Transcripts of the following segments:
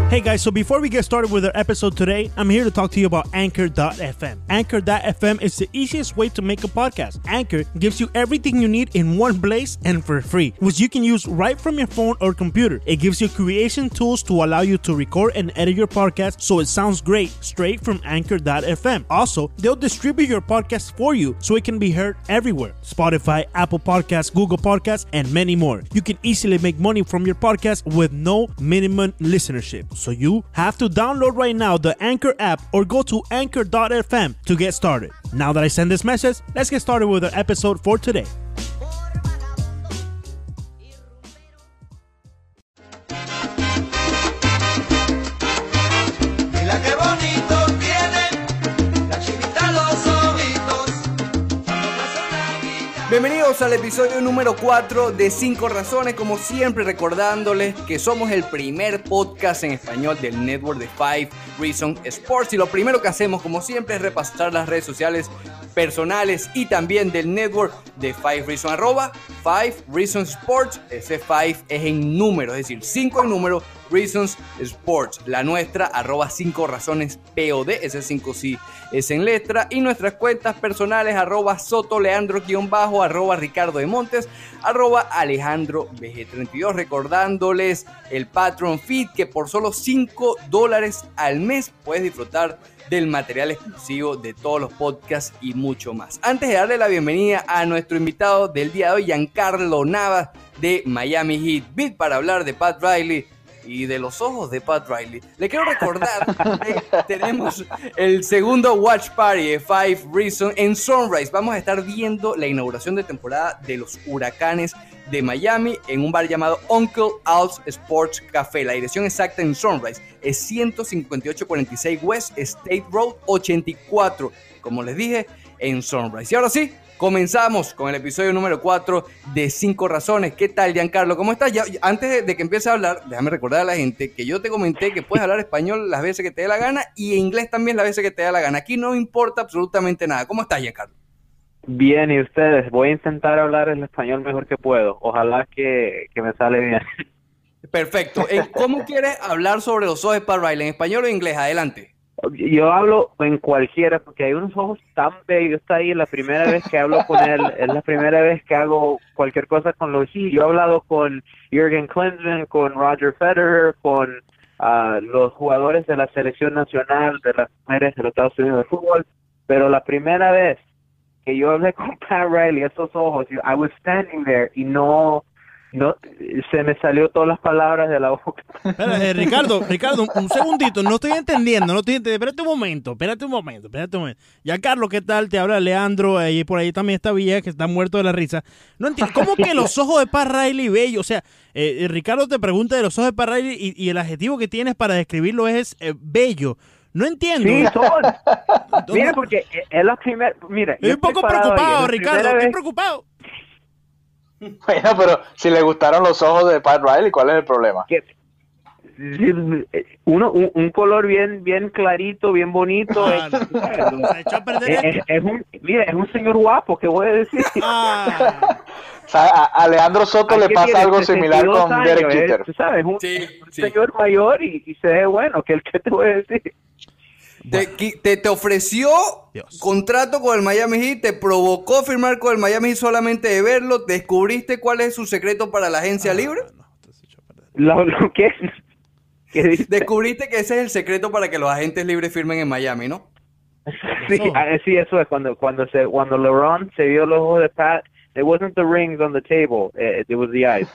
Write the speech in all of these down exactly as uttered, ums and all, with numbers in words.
Hey guys, so before we get started with our episode today, I'm here to talk to you about Anchor dot f m. Anchor dot f m is the easiest way to make a podcast. Anchor gives you everything you need in one place and for free, which you can use right from your phone or computer. It gives you creation tools to allow you to record and edit your podcast so it sounds great straight from Anchor dot f m. Also, they'll distribute your podcast for you so it can be heard everywhere. Spotify, Apple Podcasts, Google Podcasts, and many more. You can easily make money from your podcast with no minimum listenership. So you have to download right now the Anchor app or go to Anchor dot f m to get started. Now that I send this message, let's get started with our episode for today. Bienvenidos al episodio número cuatro de cinco razones, como siempre recordándoles que somos el primer podcast en español del network de Five Reasons Sports, y lo primero que hacemos como siempre es repasar las redes sociales personales y también del network de Five Reasons, arroba Five Reasons Sports. Ese Five es en número, es decir, cinco en número, Reasons Sports. La nuestra, arroba cinco razones P O D, ese cinco sí es en letra, y nuestras cuentas personales, arroba Soto Leandro guión bajo, arroba Ricardo de Montes, arroba Alejandro B G treinta y dos, recordándoles el Patreon Feed, que por solo cinco dólares al mes puedes disfrutar del material exclusivo de todos los podcasts y mucho más. Antes de darle la bienvenida a nuestro invitado del día de hoy, Giancarlo Navas de Miami Heat Beat, para hablar de Pat Riley y de los ojos de Pat Riley, le quiero recordar que tenemos el segundo Watch Party de Five Reasons en Sunrise. Vamos a estar viendo la inauguración de temporada de los Huracanes de Miami en un bar llamado Uncle Al's Sports Café. La dirección exacta en Sunrise es ciento cincuenta y ocho cuarenta y seis West State Road ochenta y cuatro, como les dije, en Sunrise. Y ahora sí, comenzamos con el episodio número cuatro de cinco razones. ¿Qué tal, Giancarlo? ¿Cómo estás? Ya, antes de, de que empiece a hablar, déjame recordar a la gente que yo te comenté que puedes hablar español las veces que te dé la gana y inglés también las veces que te dé la gana. Aquí no importa absolutamente nada. ¿Cómo estás, Giancarlo? Bien, ¿y ustedes? Voy a intentar hablar el español mejor que puedo. Ojalá que, que me sale bien. Perfecto. ¿Cómo quieres hablar sobre los ojos de Pat Riley? ¿En español o en inglés? Adelante. Yo hablo en cualquiera, porque hay unos ojos tan bellos. Está ahí, la primera vez que hablo con él, es la primera vez que hago cualquier cosa con los Heat. Yo he hablado con Jürgen Klinsmann, con Roger Federer, con uh, los jugadores de la selección nacional de las mujeres de los Estados Unidos de fútbol, pero la primera vez que yo hablé con Pat Riley, esos ojos, I was standing there y no... No, se me salió todas las palabras de la boca. Espera, eh, Ricardo, Ricardo, un, un segundito, no estoy entendiendo, no estoy entendiendo. Espérate un momento, espérate un momento, espérate un momento. Ya, Carlos, ¿qué tal? Te habla Leandro, eh, y por ahí también está Villa, que está muerto de la risa. No entiendo, ¿cómo que los ojos de Pat Riley bello? O sea, eh, eh, Ricardo te pregunta de los ojos de Pat Riley y, y el adjetivo que tienes para describirlo es eh, bello. No entiendo. Sí, son. Mira, porque es la primera... Mira, estoy un poco preocupado, ahí, Ricardo, estoy vez... preocupado. Bueno, pero si le gustaron los ojos de Pat Riley, ¿cuál es el problema? Que, uno, un, un color bien bien clarito, bien bonito. Ah, es, no, se echó a perder es, es, es un, mira, es un señor guapo, ¿qué voy a decir? Ah. O sea, a, a Leandro Soto le pasa algo similar con años, Derek Jeter. ¿Tú sabes? Un, sí, un sí. señor mayor y, y se ve bueno, ¿qué, qué te voy a decir? Te, te, te ofreció Dios. contrato con el Miami Heat, te provocó firmar con el Miami Heat solamente de verlo. ¿Descubriste cuál es su secreto para la agencia ah, libre? No, ¿Lo, lo qué? ¿Qué Descubriste que ese es el secreto para que los agentes libres firmen en Miami, ¿no? Sí, sí, eso es cuando cuando se cuando LeBron se vio los ojos de Pat. It wasn't the rings on the table, it, it was the eyes.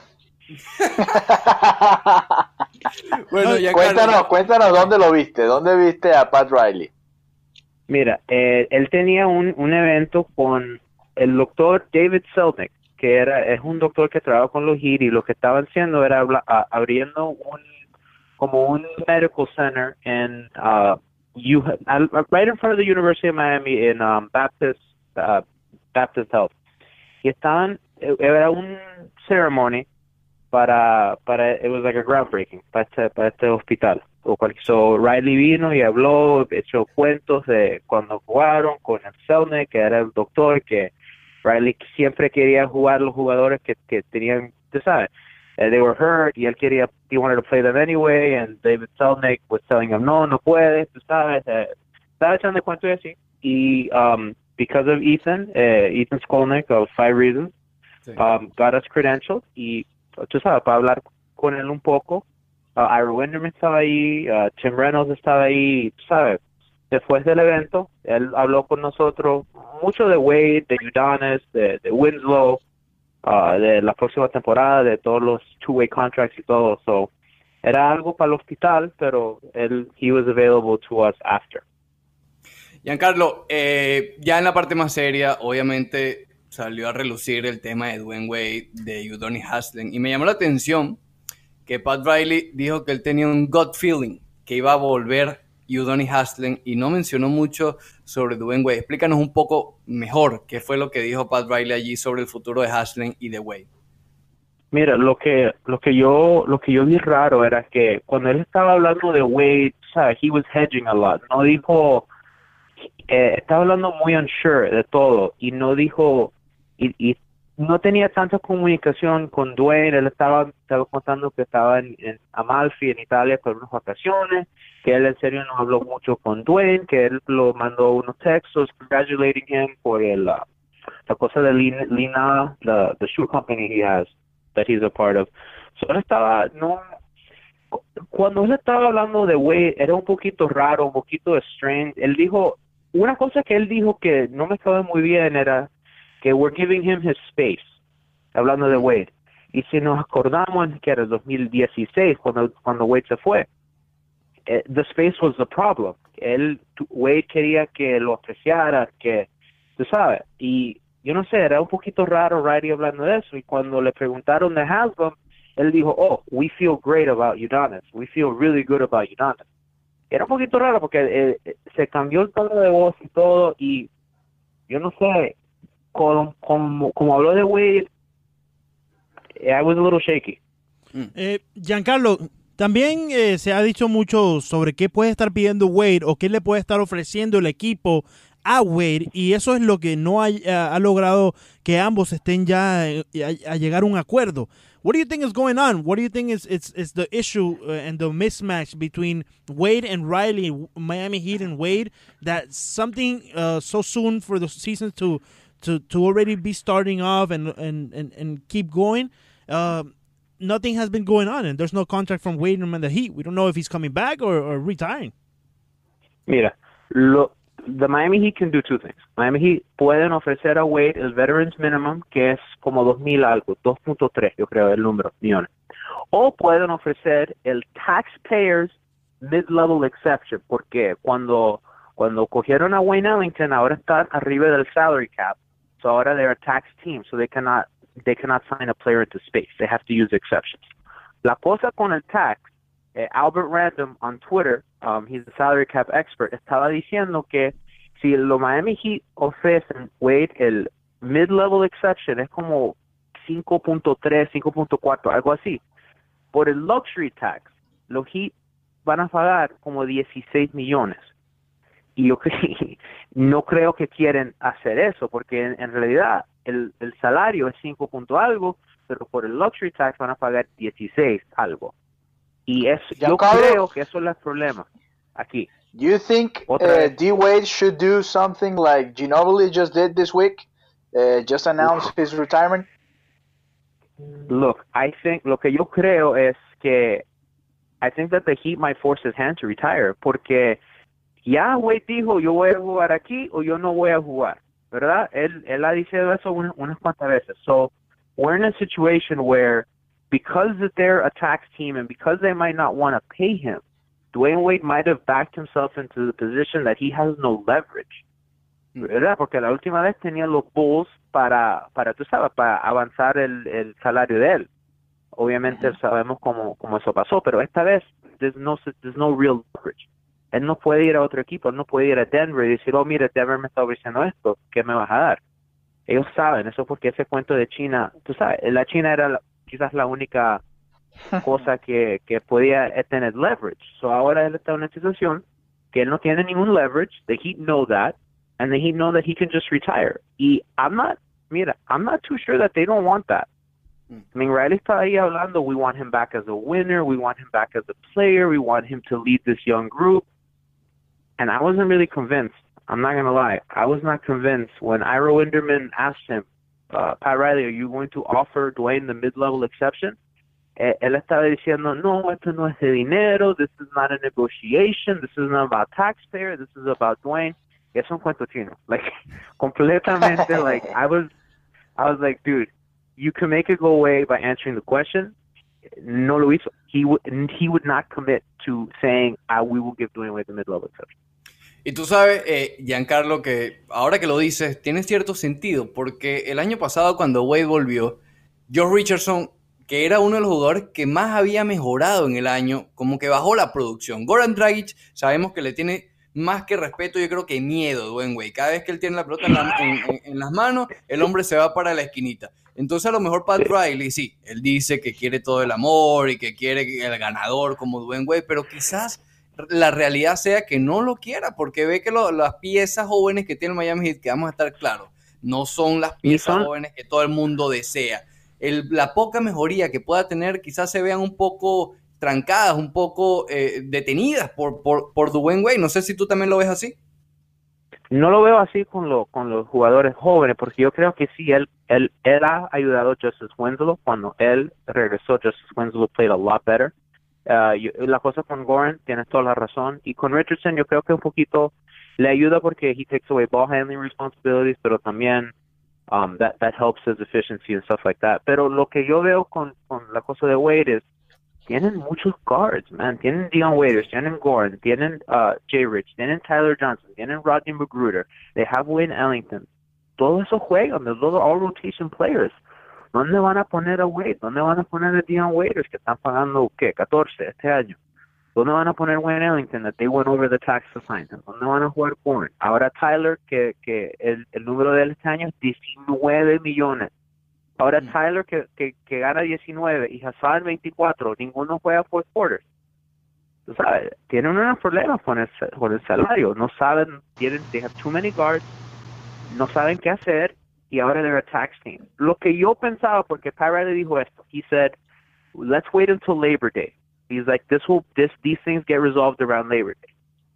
Bueno, ya cuéntanos, Carlos. cuéntanos dónde lo viste, dónde viste a Pat Riley. Mira, eh, él tenía un, un evento con el doctor David Selnick, que era es un doctor que trabaja con los Heat, y lo que estaban haciendo era habla, a, abriendo un como un medical center en uh, you, right in front of the University of Miami in um, Baptist uh, Baptist Health. Y estaban, era un ceremony para, para, it was like a groundbreaking para este, para este hospital. So Riley vino y habló, echó cuentos de cuando jugaron con el Selnick, que era el doctor, que Riley siempre quería jugar los jugadores que, que tenían, tú sabes, uh, they were hurt, y él quería, he wanted to play them anyway, and David Selnick was telling him, no, no puedes, tú sabes, uh, estaba echando el cuento y así, y um, because of Ethan, uh, Ethan Skolnick of Five Reasons, sí. um, got us credentialed, y tú sabes, para hablar con él un poco, uh, Ira Winderman estaba ahí, uh, Tim Reynolds estaba ahí, tú sabes. Después del evento, él habló con nosotros mucho de Wade, de Udonis, de, de Winslow, uh, de la próxima temporada, de todos los two-way contracts y todo. So, era algo para el hospital, pero él, he was available to us after. Giancarlo, eh, ya en la parte más seria, obviamente salió a relucir el tema de Dwayne Wade, de Udonis Haslem, y me llamó la atención que Pat Riley dijo que él tenía un gut feeling, que iba a volver Udonis Haslem, y no mencionó mucho sobre Dwayne Wade. Explícanos un poco mejor qué fue lo que dijo Pat Riley allí sobre el futuro de Haslem y de Wade. Mira, lo que lo que yo lo que yo vi raro era que cuando él estaba hablando de Wade, ¿sabes? He was hedging a lot. No dijo, eh, estaba hablando muy unsure de todo y no dijo y, y no tenía tanta comunicación con Dwayne. Él estaba, estaba contando que estaba en, en Amalfi, en Italia, con unas vacaciones, que él en serio no habló mucho con Dwayne, que él lo mandó unos textos congratulating him por el, uh, la cosa de Lina, Lina the, the shoe company he has, that he's a part of. So él estaba, no, cuando él estaba hablando de Wade, era un poquito raro, un poquito strange. Él dijo, una cosa que él dijo que no me quedó muy bien era que we're giving him his space, hablando de Wade. Y si nos acordamos que era el dos mil dieciséis, cuando, cuando Wade se fue, eh, the space was the problem. Él, Wade quería que lo apreciara, que, tú sabes, y yo no sé, era un poquito raro Riley hablando de eso, y cuando le preguntaron de Haslem, él dijo, oh, we feel great about Udonis, we feel really good about Udonis. Era un poquito raro porque eh, se cambió el tono de voz y todo, y yo no sé, Como, como, como habló de Wade, I was a little shaky. Eh, Giancarlo, también eh, se ha dicho mucho sobre qué puede estar pidiendo Wade o qué le puede estar ofreciendo el equipo a Wade, y eso es lo que no ha, ha logrado que ambos estén ya eh, a, a llegar a un acuerdo. What do you think is going on? What do you think is is, is the issue uh, and the mismatch between Wade and Riley, Miami Heat and Wade, that something uh, so soon for the season to to to already be starting off and and and, and keep going, uh, nothing has been going on, and there's no contract from Wade and the Heat. We don't know if he's coming back or, or retiring. Mira, lo, the Miami Heat can do two things. Miami Heat pueden ofrecer a Wade el veterans minimum, que es como dos mil algo, dos punto tres, yo creo, el número, millones. O pueden ofrecer el taxpayers mid-level exception, porque cuando cuando cogieron a Wayne Ellington, ahora están arriba del salary cap. So ahora they're a tax team, so they cannot they cannot sign a player into space. They have to use exceptions. La cosa con el tax, eh, Albert Random on Twitter, um, he's a salary cap expert, estaba diciendo que si los Miami Heat ofrecen Wade el mid-level exception, es como cinco punto tres, cinco punto cuatro, algo así. Por el luxury tax, los Heat van a pagar como dieciséis millones. Y yo no creo que quieren hacer eso, porque en, en realidad el, el salario es cinco punto algo, pero por el luxury tax van a pagar dieciséis algo. Y eso, yo creo que eso es el problema aquí. You think uh, D. Wade should do something like Ginobili just did this week? Uh, just announced his retirement? Look, I think, lo que yo creo es que I think that the Heat might force his hand to retire, porque ya Wade dijo, yo voy a jugar aquí o yo no voy a jugar, ¿verdad? Él, él ha dicho eso unas, unas cuantas veces. So, we're in a situation where, because that they're a tax team and because they might not want to pay him, Dwayne Wade might have backed himself into the position that he has no leverage, ¿verdad? Porque la última vez tenía los Bulls para, para tú sabes, para avanzar el, el salario de él. Obviamente uh-huh. sabemos cómo, cómo eso pasó, pero esta vez there's no, there's no real leverage. Él no puede ir a otro equipo, él no puede ir a Denver y decir, oh, mira, Denver me está ofreciendo esto, ¿qué me vas a dar? Ellos saben, eso porque ese cuento de China, tú sabes, la China era la, quizás la única cosa que, que podía tener leverage. So ahora él está en una situación que él no tiene ningún leverage, the Heat know that, and the Heat know that he can just retire. Y I'm not, mira, I'm not too sure that they don't want that. I mean, Riley estaba ahí hablando, we want him back as a winner, we want him back as a player, we want him to lead this young group. And I wasn't really convinced. I'm not going to lie. I was not convinced when Ira Winderman asked him, uh, Pat Riley, are you going to offer Dwayne the mid-level exception? Eh, él estaba diciendo, no, esto no es de dinero, this is not a negotiation, this is not about taxpayer, this is about Dwayne. Y es un cuento chino. Like, completamente, like, I was, I was like, dude, you can make it go away by answering the question. No lo hizo. He would, he would not commit to saying, ah, we will give Dwayne Wade the mid-level exception. Y tú sabes, eh, Giancarlo, que ahora que lo dices, tiene cierto sentido, porque el año pasado cuando Wade volvió, Josh Richardson, que era uno de los jugadores que más había mejorado en el año, como que bajó la producción. Goran Dragic, sabemos que le tiene más que respeto, yo creo que miedo a Dwayne Wade. Cada vez que él tiene la pelota en, la, en, en, en las manos, el hombre se va para la esquinita. Entonces a lo mejor Pat Riley, sí, él dice que quiere todo el amor y que quiere el ganador como Dwayne Wade, pero quizás la realidad sea que no lo quiera, porque ve que lo, las piezas jóvenes que tiene el Miami Heat, que vamos a estar claros, no son las piezas son... jóvenes que todo el mundo desea. El, la poca mejoría que pueda tener quizás se vean un poco trancadas, un poco eh, detenidas por, por, por Dwayne Wade. No sé si tú también lo ves así. No lo veo así con, lo, con los jugadores jóvenes, porque yo creo que sí, él, él, él ha ayudado a Justice Winslow. Cuando él regresó, Justice Winslow played a lot better. Uh, yo, la cosa con Goran, tienes toda la razón. Y con Richardson yo creo que un poquito le ayuda porque he takes away ball handling responsibilities, pero también um, that, that helps his efficiency and stuff like that. Pero lo que yo veo con, con la cosa de Wade es, tienen muchos guards, man. Tienen Dion Waiters, tienen Goran, tienen uh, Jay Rich, tienen Tyler Johnson, tienen Rodney McGruder, they have Wayne Ellington. Todos esos juegan, those are all rotation players. ¿Dónde van a poner a Wade? ¿Dónde van a poner a Dion Waiters, que están pagando, qué, catorce este año? ¿Dónde van a poner Wayne Ellington, that they went over the tax assignment? ¿Dónde van a jugar Goran? Ahora Tyler, que, que el, el número de él este año es diecinueve millones. Ahora Tyler, que, que, que gana diecinueve, y Hassan veinticuatro, ninguno juega fourth quarters. Tú sabes, tienen unos problemas con el, con el salario. No saben, tienen, they have too many guards, no saben qué hacer, y ahora they're a tax team. Lo que yo pensaba, porque Pat Riley dijo esto, he said, let's wait until Labor Day. He's like, this will, this, these things get resolved around Labor Day.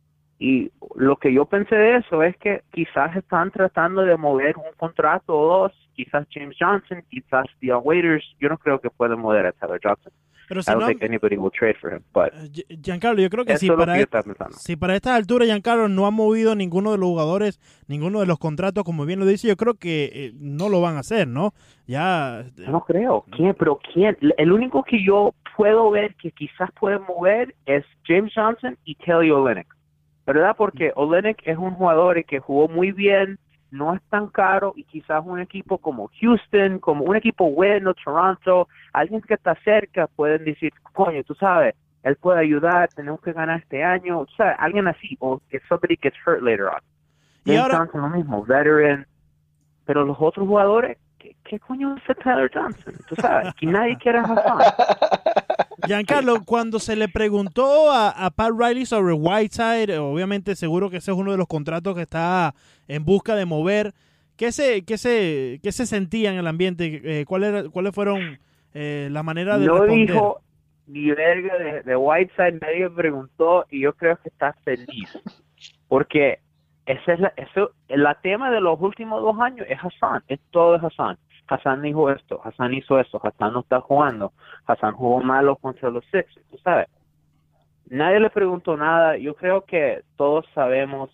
Y lo que yo pensé de eso es que quizás están tratando de mover un contrato o dos, quizás James Johnson, quizás Dion Waiters. Yo no creo que puedan mover a Tyler Johnson. Pero si I don't no, think anybody will trade for him. But Giancarlo, yo creo que si para, et, si para estas alturas Giancarlo no ha movido ninguno de los jugadores, ninguno de los contratos, como bien lo dice, yo creo que eh, no lo van a hacer, ¿no? Ya. No creo. ¿Quién? Pero ¿quién? El único que yo puedo ver que quizás pueden mover es James Johnson y Kelly Olynyk. ¿Verdad? Porque Olynyk es un jugador que jugó muy bien, no es tan caro, y quizás un equipo como Houston, como un equipo bueno, Toronto, alguien que está cerca, pueden decir, coño, tú sabes, él puede ayudar, tenemos que ganar este año, tú sabes, alguien así, o que somebody gets hurt later on. Y James ahora Johnson lo mismo, veteran, pero los otros jugadores, ¿qué, qué coño es Tyler Johnson? Tú sabes, que nadie quiere a Hassan. Giancarlo, cuando se le preguntó a, a Pat Riley sobre Whiteside, obviamente seguro que ese es uno de los contratos que está en busca de mover, ¿qué se, qué se, qué se sentía en el ambiente? Eh, ¿cuál era, ¿Cuáles fueron eh, la manera de no responder? No dijo ni verga de, de Whiteside, nadie preguntó, y yo creo que está feliz, porque ese es la, eso, el tema de los últimos dos años es Hassan, es todo de Hassan. Hassan dijo esto, Hassan hizo esto, Hassan no está jugando, Hassan jugó malo contra los Sixers, tú sabes. Nadie le preguntó nada. Yo creo que todos sabemos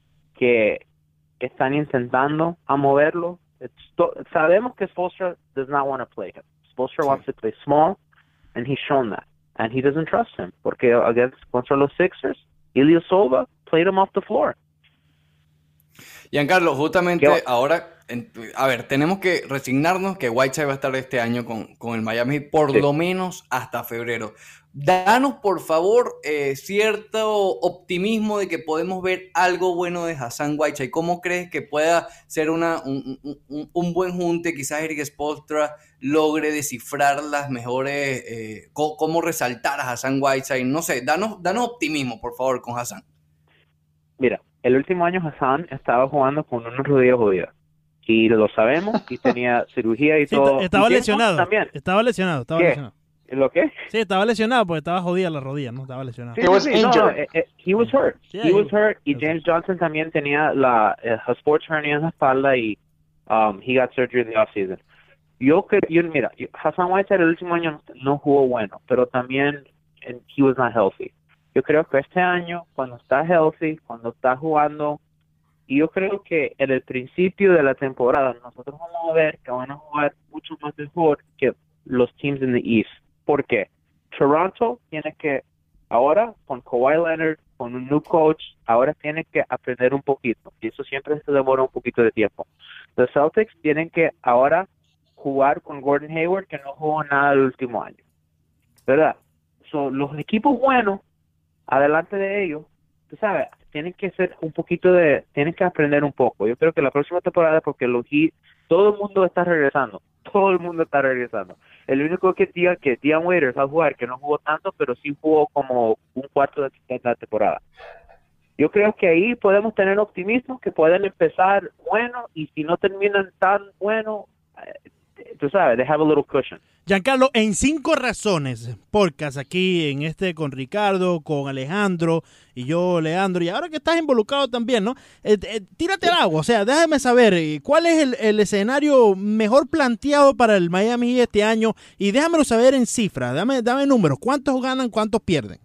que están intentando a moverlo. To- sabemos que Spoelstra does not want to play him. Spoelstra sí. wants to play small, and he's shown that. And he doesn't trust him, porque against contra los Sixers, Ilyasova played him off the floor. Giancarlo, justamente ahora, en, a ver, tenemos que resignarnos que Whiteside va a estar este año con, con el Miami Heat por sí. lo menos hasta febrero. Danos, por favor, eh, cierto optimismo de que podemos ver algo bueno de Hassan Whiteside. ¿Cómo crees que pueda ser una, un, un, un buen junte? Quizás Erik Spoelstra logre descifrar las mejores, eh, cómo, cómo resaltar a Hassan Whiteside. No sé, danos, danos optimismo, por favor, con Hassan. Mira, el último año Hassan estaba jugando con una rodilla jodida. y lo sabemos, y tenía cirugía y sí, todo. Estaba y lesionado. También. Estaba lesionado, estaba ¿Qué? lesionado. ¿Lo qué? Sí, estaba lesionado porque estaba jodida la rodilla, ¿no? Estaba lesionado. Sí, He was sí, sí, no, injured. eh, eh, he was hurt. Yeah, he was he- hurt. Y okay. James Johnson también tenía la eh, a sports hernia en la espalda y um, he got surgery in the offseason. Yo creo, yo, mira, yo, Hassan Whiteside el último año no, no jugó bueno, pero también and he was not healthy. Yo creo que este año, cuando está healthy, cuando está jugando, y yo creo que en el principio de la temporada nosotros vamos a ver que van a jugar mucho más mejor que los teams in the East. ¿Por qué? Toronto tiene que, ahora con Kawhi Leonard, con un new coach, ahora tiene que aprender un poquito, y eso siempre se demora un poquito de tiempo. Los Celtics tienen que ahora jugar con Gordon Hayward, que no jugó nada el último año, ¿verdad? So, los equipos buenos, adelante de ellos, tú sabes, tienen que ser un poquito de, tienen que aprender un poco. Yo creo que la próxima temporada, porque los Heat, todo el mundo está regresando, todo el mundo está regresando. El único que diga que Dion Waiters va a jugar, que no jugó tanto, pero sí jugó como un cuarto de la temporada. Yo creo que ahí podemos tener optimismo, que pueden empezar bueno, y si no terminan tan bueno, eh, tú sabes, they have a little cushion. Giancarlo, en cinco razones, podcast aquí en este con Ricardo, con Alejandro y yo, Leandro, y ahora que estás involucrado también, ¿no? Eh, eh, tírate al agua, o sea, déjame saber eh, cuál es el, el escenario mejor planteado para el Miami Heat este año y déjamelo saber en cifras, dame, dame números, ¿cuántos ganan, cuántos pierden?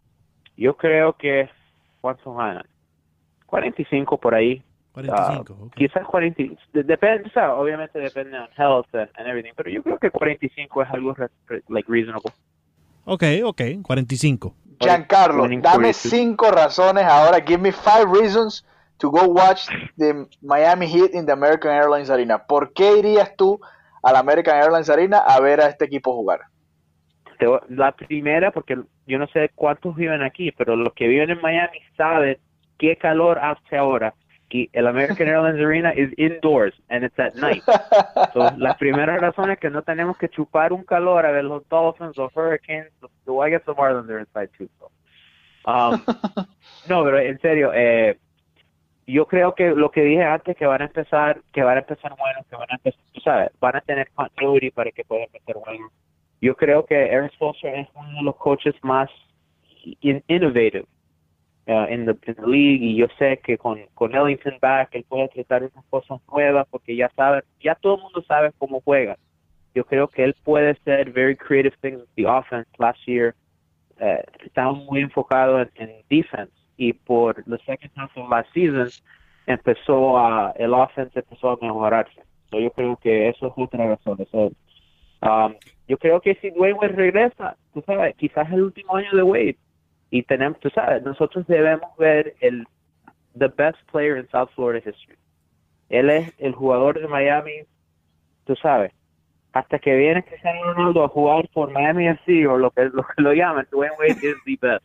Yo creo que, ¿cuántos ganan? cuarenta y cinco por ahí. cuarenta y cinco, Uh, okay. Quizás cuarenta, depende, o sea, obviamente depende on health and, and everything, pero yo creo que cuarenta y cinco es algo re, re, like reasonable. Ok, ok, cuarenta y cinco. Giancarlo, Winning dame forty-two. cinco razones ahora. Give me five reasons to go watch the Miami Heat in the American Airlines Arena. ¿Por qué irías tú a la American Airlines Arena a ver a este equipo jugar? Te voy- La primera, porque yo no sé cuántos viven aquí, pero los que viven en Miami saben qué calor hace ahora. Y el American Airlines Arena is indoors and it's at night. So, la primera razón es que no tenemos que chupar un calor a ver los Dolphins, los Hurricanes, los, well, I guess the Marlins are inside too. So. Um, no, pero en serio, eh, yo creo que lo que dije antes, que van a empezar, que van a empezar buenos, que van a empezar, tú sabes, van a tener continuity para que puedan empezar buenos. Yo creo que Aaron Spoelstra es uno de los coaches más in- innovative Uh, in, the, in the league, y yo sé que con, con Ellington back él puede tratar unas cosas nuevas porque ya sabe, ya todo el mundo sabe cómo juega. Yo creo que él puede hacer very creative things with the offense. Last year uh, estaba muy enfocado en, en defense, y por the second half of last season empezó a, el offense empezó a mejorarse. So yo creo que eso es otra razón. So, um, yo creo que si Dwayne Wade regresa, tú sabes, quizás es el último año de Wade. Y tenemos, tú sabes, nosotros debemos ver el the best player in South Florida history. Él es el jugador de Miami, tú sabes, hasta que viene Cristiano Ronaldo a jugar por Miami F C o lo que lo, que lo llaman, Dwayne Wade is the best.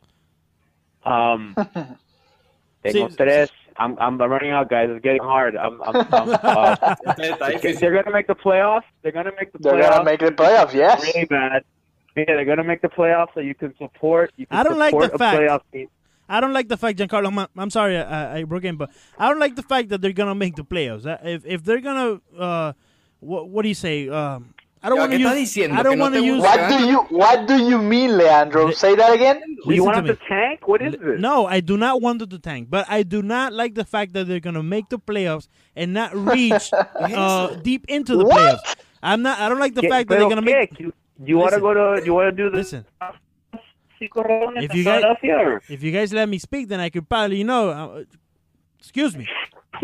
Um, tengo Sí, tres. I'm, I'm I'm running out, guys. It's getting hard. I'm, I'm, I'm, uh, they're gonna make the playoffs. They're gonna make the They're playoffs. gonna make the playoffs, yes. Really bad. Yeah, they're gonna make the playoffs, so you can support. You can I don't like support the a fact- playoff team. I don't like the fact, Giancarlo, I'm, I'm sorry I, I broke in, but I don't like the fact that they're going to make the playoffs. Uh, If, if they're going to, uh, what, what do you say? Um, I don't Ya, want to ¿qué use, estás diciendo? I don't ¿Que no want to te use, gusta? What do you What do you mean, Leandro? Say that again. Do you Listen want to us me. to tank? What is this? No, I do not want them to tank, but I do not like the fact that they're going to make the playoffs and not reach uh, deep into the What? playoffs. I'm not, I don't like the ¿Qué- fact that they're pero going to qué? make, You, you want to Listen. go to? You want to do this? listen. Cinco razones If en you guys- Philadelphia, or- If you guys let me speak, then I could probably know. Uh, excuse me.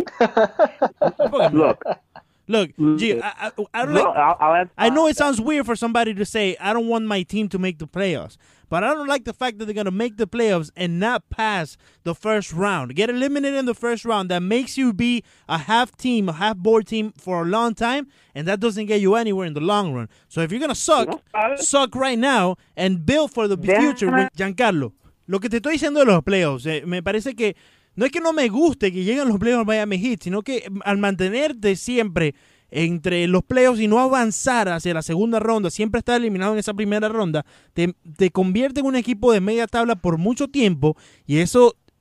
Look, Look, G, I, I, I don't look, like. I'll, I'll answer. I know it sounds weird for somebody to say, I don't want my team to make the playoffs. But I don't like the fact that they're going to make the playoffs and not pass the first round. Get eliminated in the first round. That makes you be a half team, a half board team for a long time. And that doesn't get you anywhere in the long run. So if you're going to suck, No, ¿sabes? suck right now and build for the Déjame- future. With Giancarlo, lo que te estoy diciendo de los playoffs, eh, me parece que no es que no me guste que lleguen los playoffs Miami Heat, sino que al mantenerte siempre entre los playoffs y no avanzar hacia la segunda ronda, siempre estar eliminado en esa primera ronda, te, te convierte en un equipo de media tabla por mucho tiempo y eso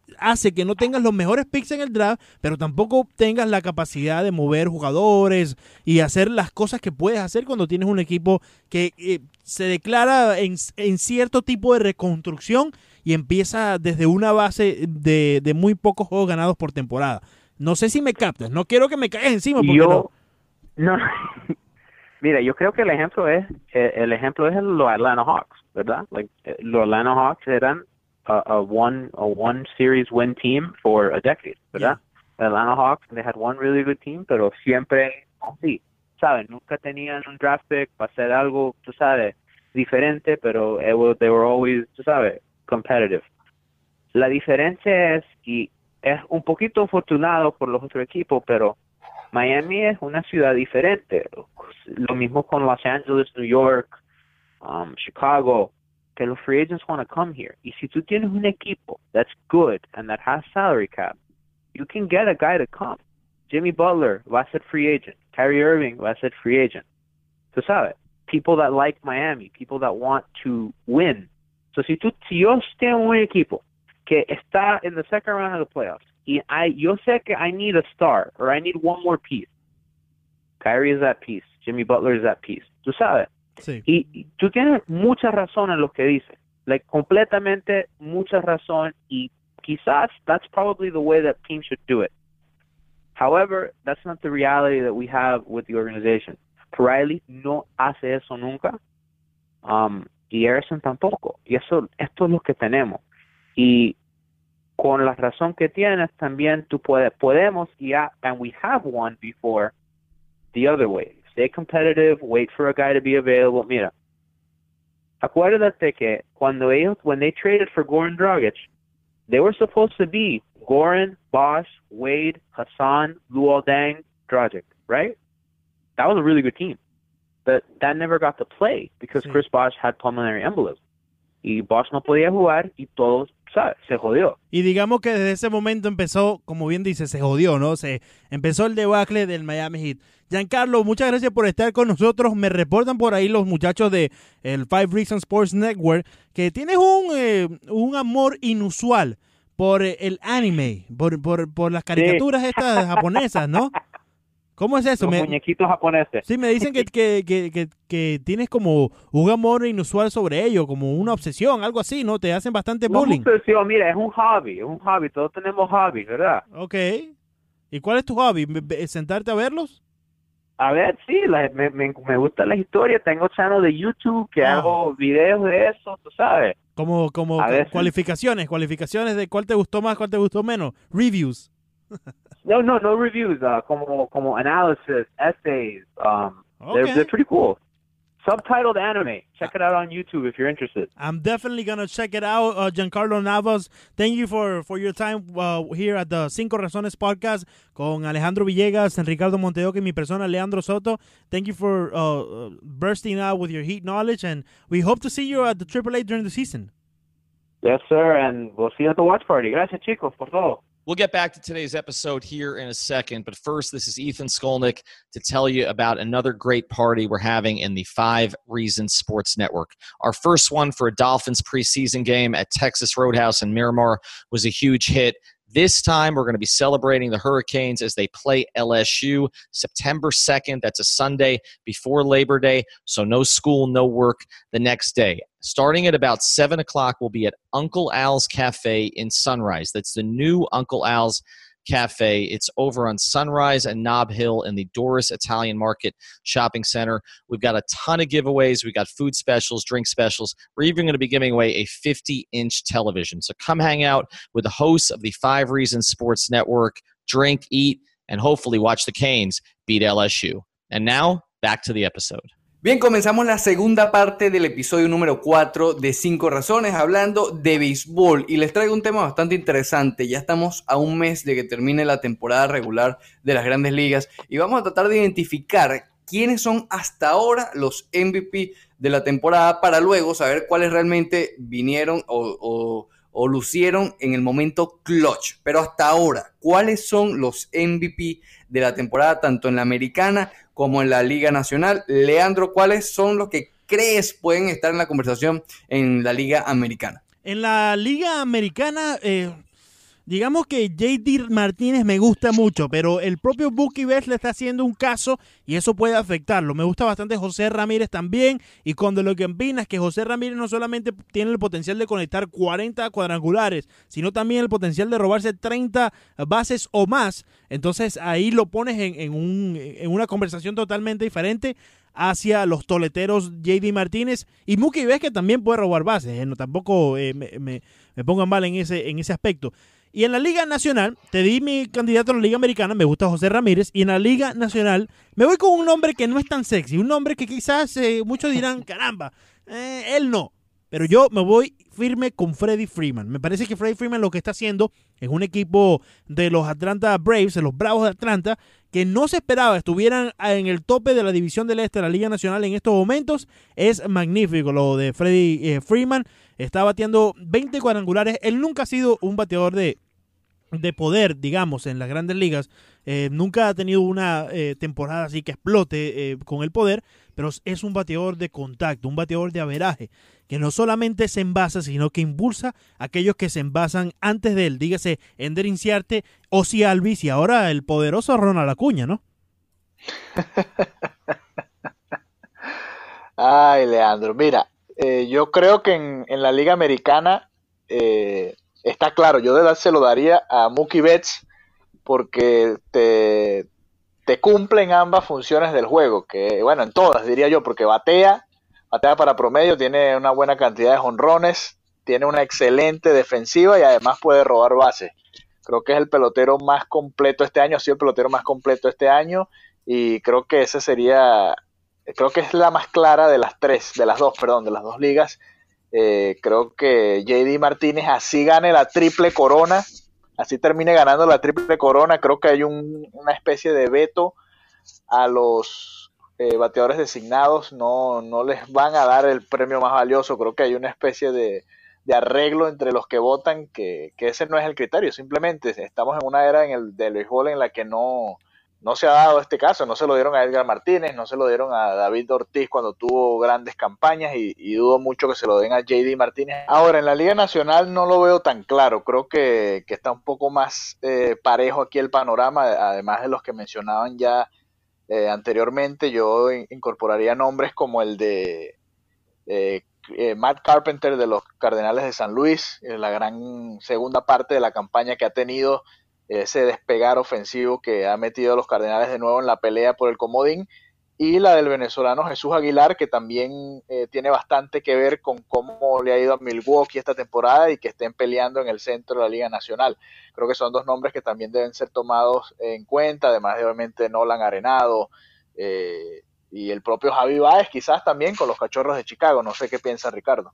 hace que no tengas los mejores picks en el draft, pero tampoco tengas la capacidad de mover jugadores y hacer las cosas que puedes hacer cuando tienes un equipo que eh, se declara en, en cierto tipo de reconstrucción y empieza desde una base de, de muy pocos juegos ganados por temporada. No sé si me captas, no quiero que me caigas encima porque yo, no. no. Mira, yo creo que el ejemplo es el ejemplo es los Atlanta Hawks, ¿verdad? Like, los Atlanta Hawks eran a, a one a one series win team for a decade, ¿verdad? Yeah. Atlanta Hawks, they had one really good team, pero siempre así, ¿sabes? Nunca tenían un draft pick para hacer algo, tú sabes, diferente, pero it was, they were always, tú sabes, competitive. La diferencia es, y es un poquito afortunado por los otros equipos, pero Miami es una ciudad diferente. Lo mismo con Los Angeles, New York, um, Chicago, que los free agents want to come here. Y si tú tienes un equipo that's good and that has salary cap, you can get a guy to come. Jimmy Butler va a ser free agent. Kyrie Irving va a ser free agent. Tú sabes, people that like Miami, people that want to win. So si tú, si yo tengo un equipo que está in the second round of the playoffs, y I, yo sé que I need a star, or I need one more piece. Kyrie is that piece. Jimmy Butler is that piece. Tú sabes. Sí. Y, y tú tienes mucha razón en lo que dices. Like, completamente mucha razón. Y quizás that's probably the way that teams should do it. However, that's not the reality that we have with the organization. Riley no hace eso nunca. Um, y Harrison tampoco. Y eso, esto es lo que tenemos. Y con la razón que tienes, también tú puedes, podemos, ya, and we have won before, the other way. Stay competitive, wait for a guy to be available. Mira, acuérdate que cuando ellos, when they traded for Goran Dragic, they were supposed to be Goran, Bosh, Wade, Hassan, Luol Deng, Dragic, right? That was a really good team. But that never got to play because sí. Chris Bosh had pulmonary embolism. Y Bosh no podía jugar y todos, ¿sabes? Se jodió. Y digamos que desde ese momento empezó, como bien dice, se jodió, ¿no? Se empezó el debacle del Miami Heat. Giancarlo, muchas gracias por estar con nosotros. Me reportan por ahí los muchachos de el Five Reasons Sports Network que tienes un, eh, un amor inusual por el anime, por, por, por las caricaturas sí. estas japonesas, ¿no? ¿Cómo es eso? Los me, muñequitos japoneses. Sí, me dicen que, que, que, que, que tienes como un amor inusual sobre ello, como una obsesión, algo así, ¿no? Te hacen bastante bullying. Una obsesión, mira, es un hobby, es un hobby. Todos tenemos hobbies, ¿verdad? Ok. ¿Y cuál es tu hobby? ¿Sentarte a verlos? A ver, sí, la, me, me, me gusta la historia. Tengo channel de YouTube que ah. hago videos de eso, tú sabes. Como, como cualificaciones, cualificaciones de cuál te gustó más, cuál te gustó menos. Reviews. No, no, no reviews. Uh, como, como analysis, essays. Um, okay. they're, they're pretty cool. Subtitled anime. Check it out on YouTube if you're interested. I'm definitely gonna check it out. Uh, Giancarlo Navas, thank you for, for your time uh, here at the Cinco Razones podcast con Alejandro Villegas, Ricardo Monteoca y mi persona Leandro Soto. Thank you for uh, bursting out with your Heat knowledge, and we hope to see you at the Triple A during the season. Yes, sir, and we'll see you at the watch party. Gracias, chicos, por todo. We'll get back to today's episode here in a second, but first, this is Ethan Skolnick to tell you about another great party we're having in the Five Reasons Sports Network. Our first one for a Dolphins preseason game at Texas Roadhouse in Miramar was a huge hit. This time, we're going to be celebrating the Hurricanes as they play L S U September second. That's a Sunday before Labor Day, so no school, no work the next day. Starting at about seven o'clock, we'll be at Uncle Al's Cafe in Sunrise. That's the new Uncle Al's Cafe. It's over on Sunrise and Nob Hill in the Doris Italian Market Shopping Center. We've got a ton of giveaways. We've got food specials, drink specials. We're even going to be giving away a fifty-inch television. So come hang out with the hosts of the Five Reasons Sports Network, drink, eat, and hopefully watch the Canes beat L S U. And now, back to the episode. Bien, comenzamos la segunda parte del episodio número cuatro de Cinco Razones hablando de béisbol y les traigo un tema bastante interesante. Ya estamos a un mes de que termine la temporada regular de las Grandes Ligas y vamos a tratar de identificar quiénes son hasta ahora los M V P de la temporada para luego saber cuáles realmente vinieron o, o, o lucieron en el momento clutch. Pero hasta ahora, ¿cuáles son los M V P de la temporada tanto en la americana como en la Liga Nacional? Leandro, ¿cuáles son los que crees pueden estar en la conversación en la Liga Americana? En la Liga Americana, eh, digamos que J D Martínez me gusta mucho, pero el propio Mookie Betts le está haciendo un caso y eso puede afectarlo. Me gusta bastante José Ramírez también, y cuando lo que opina es que José Ramírez no solamente tiene el potencial de conectar cuarenta cuadrangulares, sino también el potencial de robarse treinta bases o más, entonces ahí lo pones en, en, un, en una conversación totalmente diferente hacia los toleteros J D Martínez y Mookie Betts, que también puede robar bases, ¿eh? No, tampoco eh, me, me, me pongan mal en ese, en ese aspecto. Y en la Liga Nacional, te di mi candidato en la Liga Americana, me gusta José Ramírez, y en la Liga Nacional me voy con un nombre que no es tan sexy, un nombre que quizás eh, muchos dirán, caramba, eh, él no, pero yo me voy firme con Freddie Freeman. Me parece que Freddie Freeman lo que está haciendo es un equipo de los Atlanta Braves, de los Bravos de Atlanta, que no se esperaba estuvieran en el tope de la división del este de la Liga Nacional en estos momentos. Es magnífico lo de Freddie eh, Freeman. Está bateando veinte cuadrangulares. Él nunca ha sido un bateador de, de poder, digamos, en las grandes ligas. Eh, nunca ha tenido una eh, temporada así que explote eh, con el poder, pero es un bateador de contacto, un bateador de averaje, que no solamente se envasa, sino que impulsa a aquellos que se envasan antes de él. Dígase Ender Inciarte, Ozzie Albies y ahora el poderoso Ronald Acuña, ¿no? Ay, Leandro, mira, eh, yo creo que en, en la Liga Americana eh, está claro, yo de verdad se lo daría a Mookie Betts porque te, te cumplen ambas funciones del juego, que bueno, en todas diría yo, porque batea, batea para promedio, tiene una buena cantidad de jonrones, tiene una excelente defensiva y además puede robar bases. Creo que es el pelotero más completo este año, ha sido el pelotero más completo este año y creo que ese sería, creo que es la más clara de las tres, de las dos, perdón, de las dos ligas. Eh, creo que J D Martínez así gane la triple corona, así termine ganando la triple corona. Creo que hay un, una especie de veto a los eh, bateadores designados, no, no les van a dar el premio más valioso. Creo que hay una especie de, de arreglo entre los que votan, que, que ese no es el criterio, simplemente estamos en una era en el del béisbol en la que no, no se ha dado este caso, no se lo dieron a Edgar Martínez, no se lo dieron a David Ortiz cuando tuvo grandes campañas y, y dudo mucho que se lo den a J D Martínez. Ahora, en la Liga Nacional no lo veo tan claro, creo que, que está un poco más eh, parejo aquí el panorama, además de los que mencionaban ya eh, anteriormente. Yo incorporaría nombres como el de eh, eh, Matt Carpenter de los Cardenales de San Luis, eh, la gran segunda parte de la campaña que ha tenido, ese despegar ofensivo que ha metido a los Cardenales de nuevo en la pelea por el comodín, y la del venezolano Jesús Aguilar, que también eh, tiene bastante que ver con cómo le ha ido a Milwaukee esta temporada y que estén peleando en el centro de la Liga Nacional. Creo que son dos nombres que también deben ser tomados en cuenta, además de obviamente Nolan Arenado eh, y el propio Javi Baez, quizás también con los Cachorros de Chicago. No sé qué piensa Ricardo.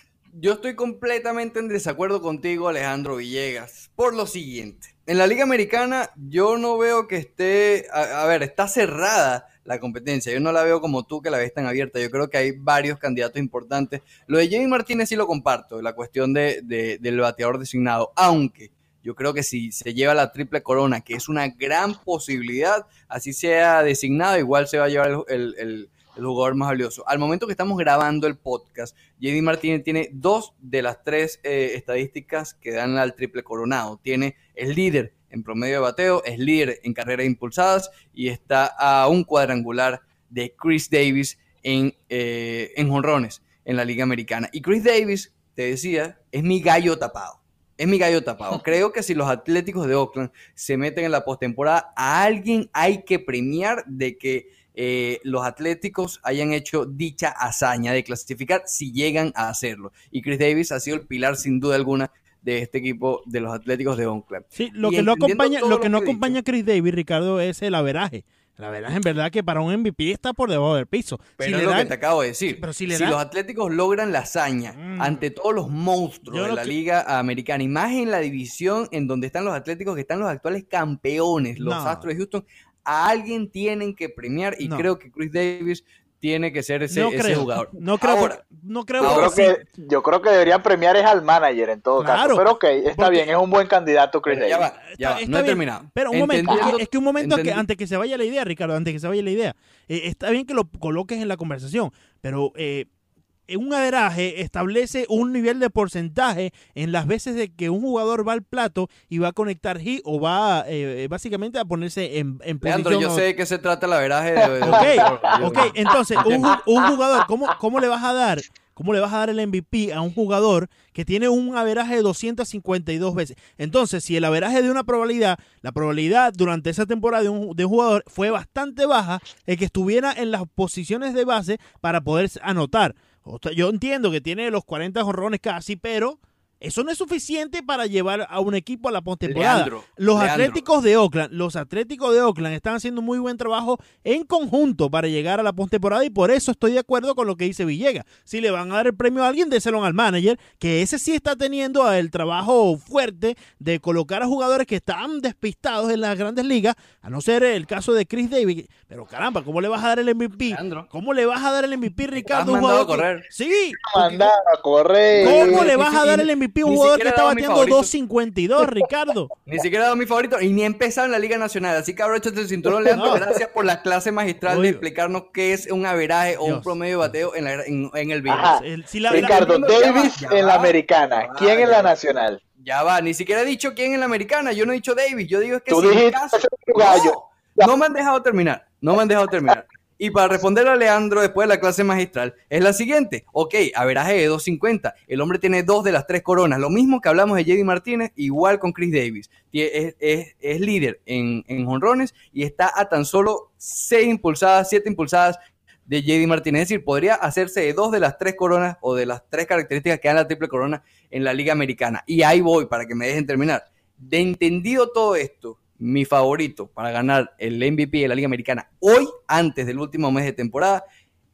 Yo estoy completamente en desacuerdo contigo, Alejandro Villegas, por lo siguiente. En la Liga Americana yo no veo que esté, a, a ver, está cerrada la competencia. Yo no la veo como tú, que la ves tan abierta. Yo creo que hay varios candidatos importantes. Lo de J D Martínez sí lo comparto, la cuestión de, de, del bateador designado, aunque yo creo que si se lleva la triple corona, que es una gran posibilidad, así sea designado, igual se va a llevar el, el, el el jugador más valioso. Al momento que estamos grabando el podcast, J D Martínez tiene dos de las tres eh, estadísticas que dan al triple coronado. Tiene el líder en promedio de bateo, es líder en carreras impulsadas y está a un cuadrangular de Chris Davis en, eh, en jonrones en la Liga Americana. Y Chris Davis, te decía, es mi gallo tapado. Es mi gallo tapado. Creo que si los Atléticos de Oakland se meten en la postemporada, a alguien hay que premiar de que Eh, los Atléticos hayan hecho dicha hazaña de clasificar si llegan a hacerlo. Y Chris Davis ha sido el pilar sin duda alguna de este equipo de los Atléticos de Oakland. Sí, lo y que no acompaña, lo que no acompaña a Chris Davis, Ricardo, es el averaje. El averaje en verdad que para un M V P está por debajo del piso. Pero si es le lo dan, que te acabo de decir. Pero si le si dan, los Atléticos logran la hazaña mm, ante todos los monstruos de la que... Liga Americana, y más en la división en donde están los Atléticos, que están los actuales campeones, los no. Astros de Houston, a alguien tienen que premiar y no. creo que Chris Davis tiene que ser ese, no ese creo, jugador. No creo, Ahora, no creo, yo, creo sí. que, yo creo que deberían premiar es al manager en todo claro, caso. Pero ok, está porque, bien, es un buen candidato Chris Davis. Ya va, ya va, está, no está he terminado. Pero un momento, es que, es que un momento entendi- que antes que se vaya la idea, Ricardo, antes que se vaya la idea, eh, está bien que lo coloques en la conversación, pero eh, un averaje establece un nivel de porcentaje en las veces de que un jugador va al plato y va a conectar hit o va eh, básicamente a ponerse en, en Leandro, posición. yo o... sé de qué se trata el averaje. De, de, ok, ok, entonces un, un jugador, ¿cómo, ¿cómo le vas a dar? ¿Cómo le vas a dar el M V P a un jugador que tiene un averaje de doscientas cincuenta y dos veces? Entonces, si el averaje de una probabilidad, la probabilidad durante esa temporada de un, de un jugador fue bastante baja, el que estuviera en las posiciones de base para poder anotar. O sea, yo entiendo que tiene los cuarenta jonrones casi, pero eso no es suficiente para llevar a un equipo a la postemporada. Leandro, Los Leandro. Atléticos de Oakland, los Atléticos de Oakland están haciendo muy buen trabajo en conjunto para llegar a la postemporada y por eso estoy de acuerdo con lo que dice Villegas. Si le van a dar el premio a alguien, déselo al manager, que ese sí está teniendo el trabajo fuerte de colocar a jugadores que están despistados en las grandes ligas, a no ser el caso de Chris Davis. Pero caramba, ¿cómo le vas a dar el M V P? Leandro. ¿Cómo le vas a dar el M V P, Ricardo? Has Un mandado jugador a correr. que... Sí. Mandado a correr. ¿Cómo le Ni vas si- a dar ni- el M V P a un ni jugador que siquiera está he dado mi batiendo favorito. dos cincuenta y dos, Ricardo? Ni siquiera he dado mi favorito y ni he empezado en la Liga Nacional. Así que abróchate el cinturón, Leandro. No. Gracias por la clase magistral Oye. de explicarnos qué es un averaje o un Dios. promedio de bateo en, la- en, en el Ajá. béisbol. El- si la- Ricardo la- ya Davis va, ya en la va. americana. Ya va, ¿Quién en ya la va. nacional? Ya va, ni siquiera he dicho quién en la americana. Yo no he dicho Davis. Yo digo es que Tú si en dijiste caso- ese es tu gallo. No, no me han dejado terminar. No me han dejado terminar. Y para responder a Leandro después de la clase magistral, es la siguiente. Ok, averaje de dos cincuenta. El hombre tiene dos de las tres coronas. Lo mismo que hablamos de J D Martínez, igual con Chris Davis. Tie- Es, es- es líder en, en jonrones y está a tan solo seis impulsadas, siete impulsadas de J D Martínez. Es decir, podría hacerse de dos de las tres coronas o de las tres características que dan la triple corona en la Liga Americana. Y ahí voy para que me dejen terminar. De entendido todo esto, mi favorito para ganar el M V P de la Liga Americana hoy, antes del último mes de temporada,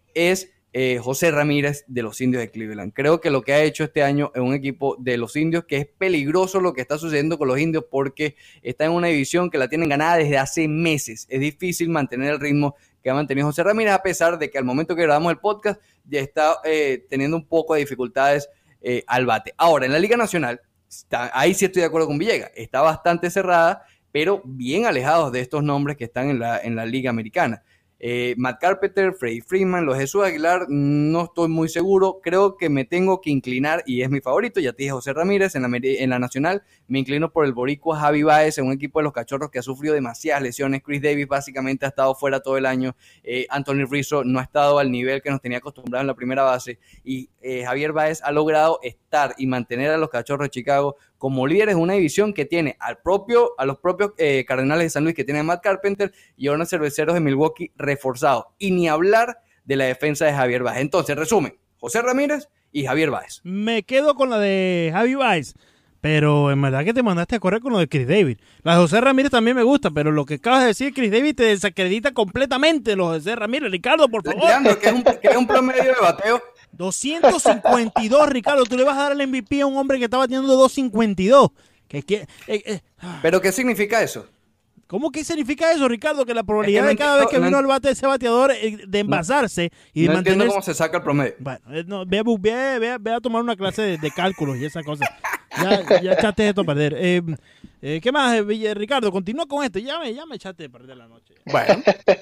es eh, José Ramírez de los Indios de Cleveland. Creo que lo que ha hecho este año es un equipo de los Indios, que es peligroso lo que está sucediendo con los Indios porque está en una división que la tienen ganada desde hace meses. Es difícil mantener el ritmo que ha mantenido José Ramírez, a pesar de que al momento que grabamos el podcast ya está eh, teniendo un poco de dificultades eh, al bate. Ahora, en la Liga Nacional, está, ahí sí estoy de acuerdo con Villegas, está bastante cerrada, pero bien alejados de estos nombres que están en la, en la Liga Americana. Eh, Matt Carpenter, Freddie Freeman, los Jesús Aguilar, no estoy muy seguro. Creo que me tengo que inclinar, y es mi favorito, ya te dije José Ramírez, en la, en la Nacional me inclino por el boricua Javi Baez, en un equipo de los Cachorros que ha sufrido demasiadas lesiones. Chris Davis básicamente ha estado fuera todo el año. eh, Anthony Rizzo no ha estado al nivel que nos tenía acostumbrado en la primera base, y eh, Javier Baez ha logrado estar y mantener a los Cachorros de Chicago como líderes de una división que tiene al propio, a los propios eh, Cardenales de San Luis, que tiene a Matt Carpenter, y a unos Cerveceros de Milwaukee reforzados. Y ni hablar de la defensa de Javier Baez. Entonces, resumen, José Ramírez y Javier Baez. Me quedo con la de Javi Baez, pero en verdad que te mandaste a correr con lo de Chris Davis. La de José Ramírez también me gusta, pero lo que acabas de decir, Chris Davis, te desacredita completamente los de José Ramírez. Ricardo, por favor. Leandro, que es un, que es un promedio de bateo. doscientos cincuenta y dos, Ricardo. Tú le vas a dar el M V P a un hombre que está batiendo doscientos cincuenta y dos. ¿Qué, qué, eh, eh, ¿Pero qué significa eso? ¿Cómo que significa eso, Ricardo? Que la probabilidad Es que no de cada vez que entiendo, vino no al bate ese bateador eh, de envasarse y de No entiendo mantenerse... cómo se saca el promedio. Bueno, eh, no, ve, a bu- ve, ve a- ve a tomar una clase de, de cálculos y esa cosa. Ya, ya echaste esto a perder. Eh, eh, ¿Qué más, eh, Ville- Ricardo? Continúa con esto. Ya me, ya me echaste de perder la noche. Bueno.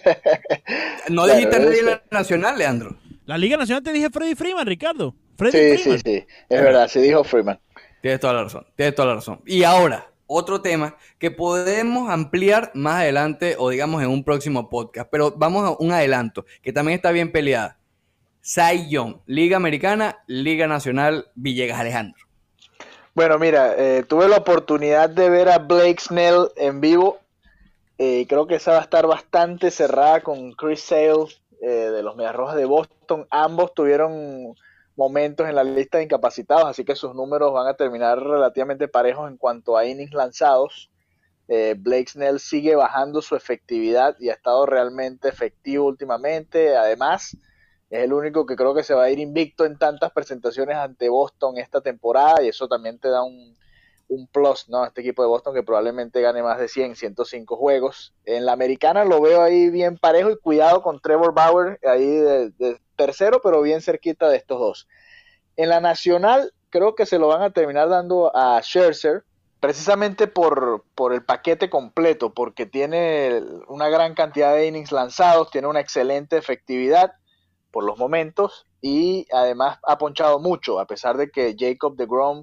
No Claro, dijiste nadie en eso. la Nacional, Leandro. La Liga Nacional te dije Freddy Freeman, Ricardo. Freddy Sí, sí, Freeman. sí. Es verdad, sí dijo Freeman. Tienes toda la razón, tienes toda la razón. Y ahora, otro tema que podemos ampliar más adelante o digamos en un próximo podcast, pero vamos a un adelanto, que también está bien peleada. Cy Young, Liga Americana, Liga Nacional, Villegas Alejandro. Bueno, mira, eh, tuve la oportunidad de ver a Blake Snell en vivo. Eh, creo que esa va a estar bastante cerrada con Chris Sale eh, de los Medias Rojas de Boston. Ambos tuvieron momentos en la lista de incapacitados, así que sus números van a terminar relativamente parejos en cuanto a innings lanzados. Eh, Blake Snell sigue bajando su efectividad y ha estado realmente efectivo últimamente. Además, es el único que creo que se va a ir invicto en tantas presentaciones ante Boston esta temporada, y eso también te da un, un plus, ¿no? Este equipo de Boston que probablemente gane más de cien, ciento cinco juegos. En la americana lo veo ahí bien parejo, y cuidado con Trevor Bauer, ahí de, de tercero, pero bien cerquita de estos dos. En la nacional creo que se lo van a terminar dando a Scherzer, precisamente por, por el paquete completo, porque tiene una gran cantidad de innings lanzados, tiene una excelente efectividad. por los momentos, y además ha ponchado mucho, a pesar de que Jacob deGrom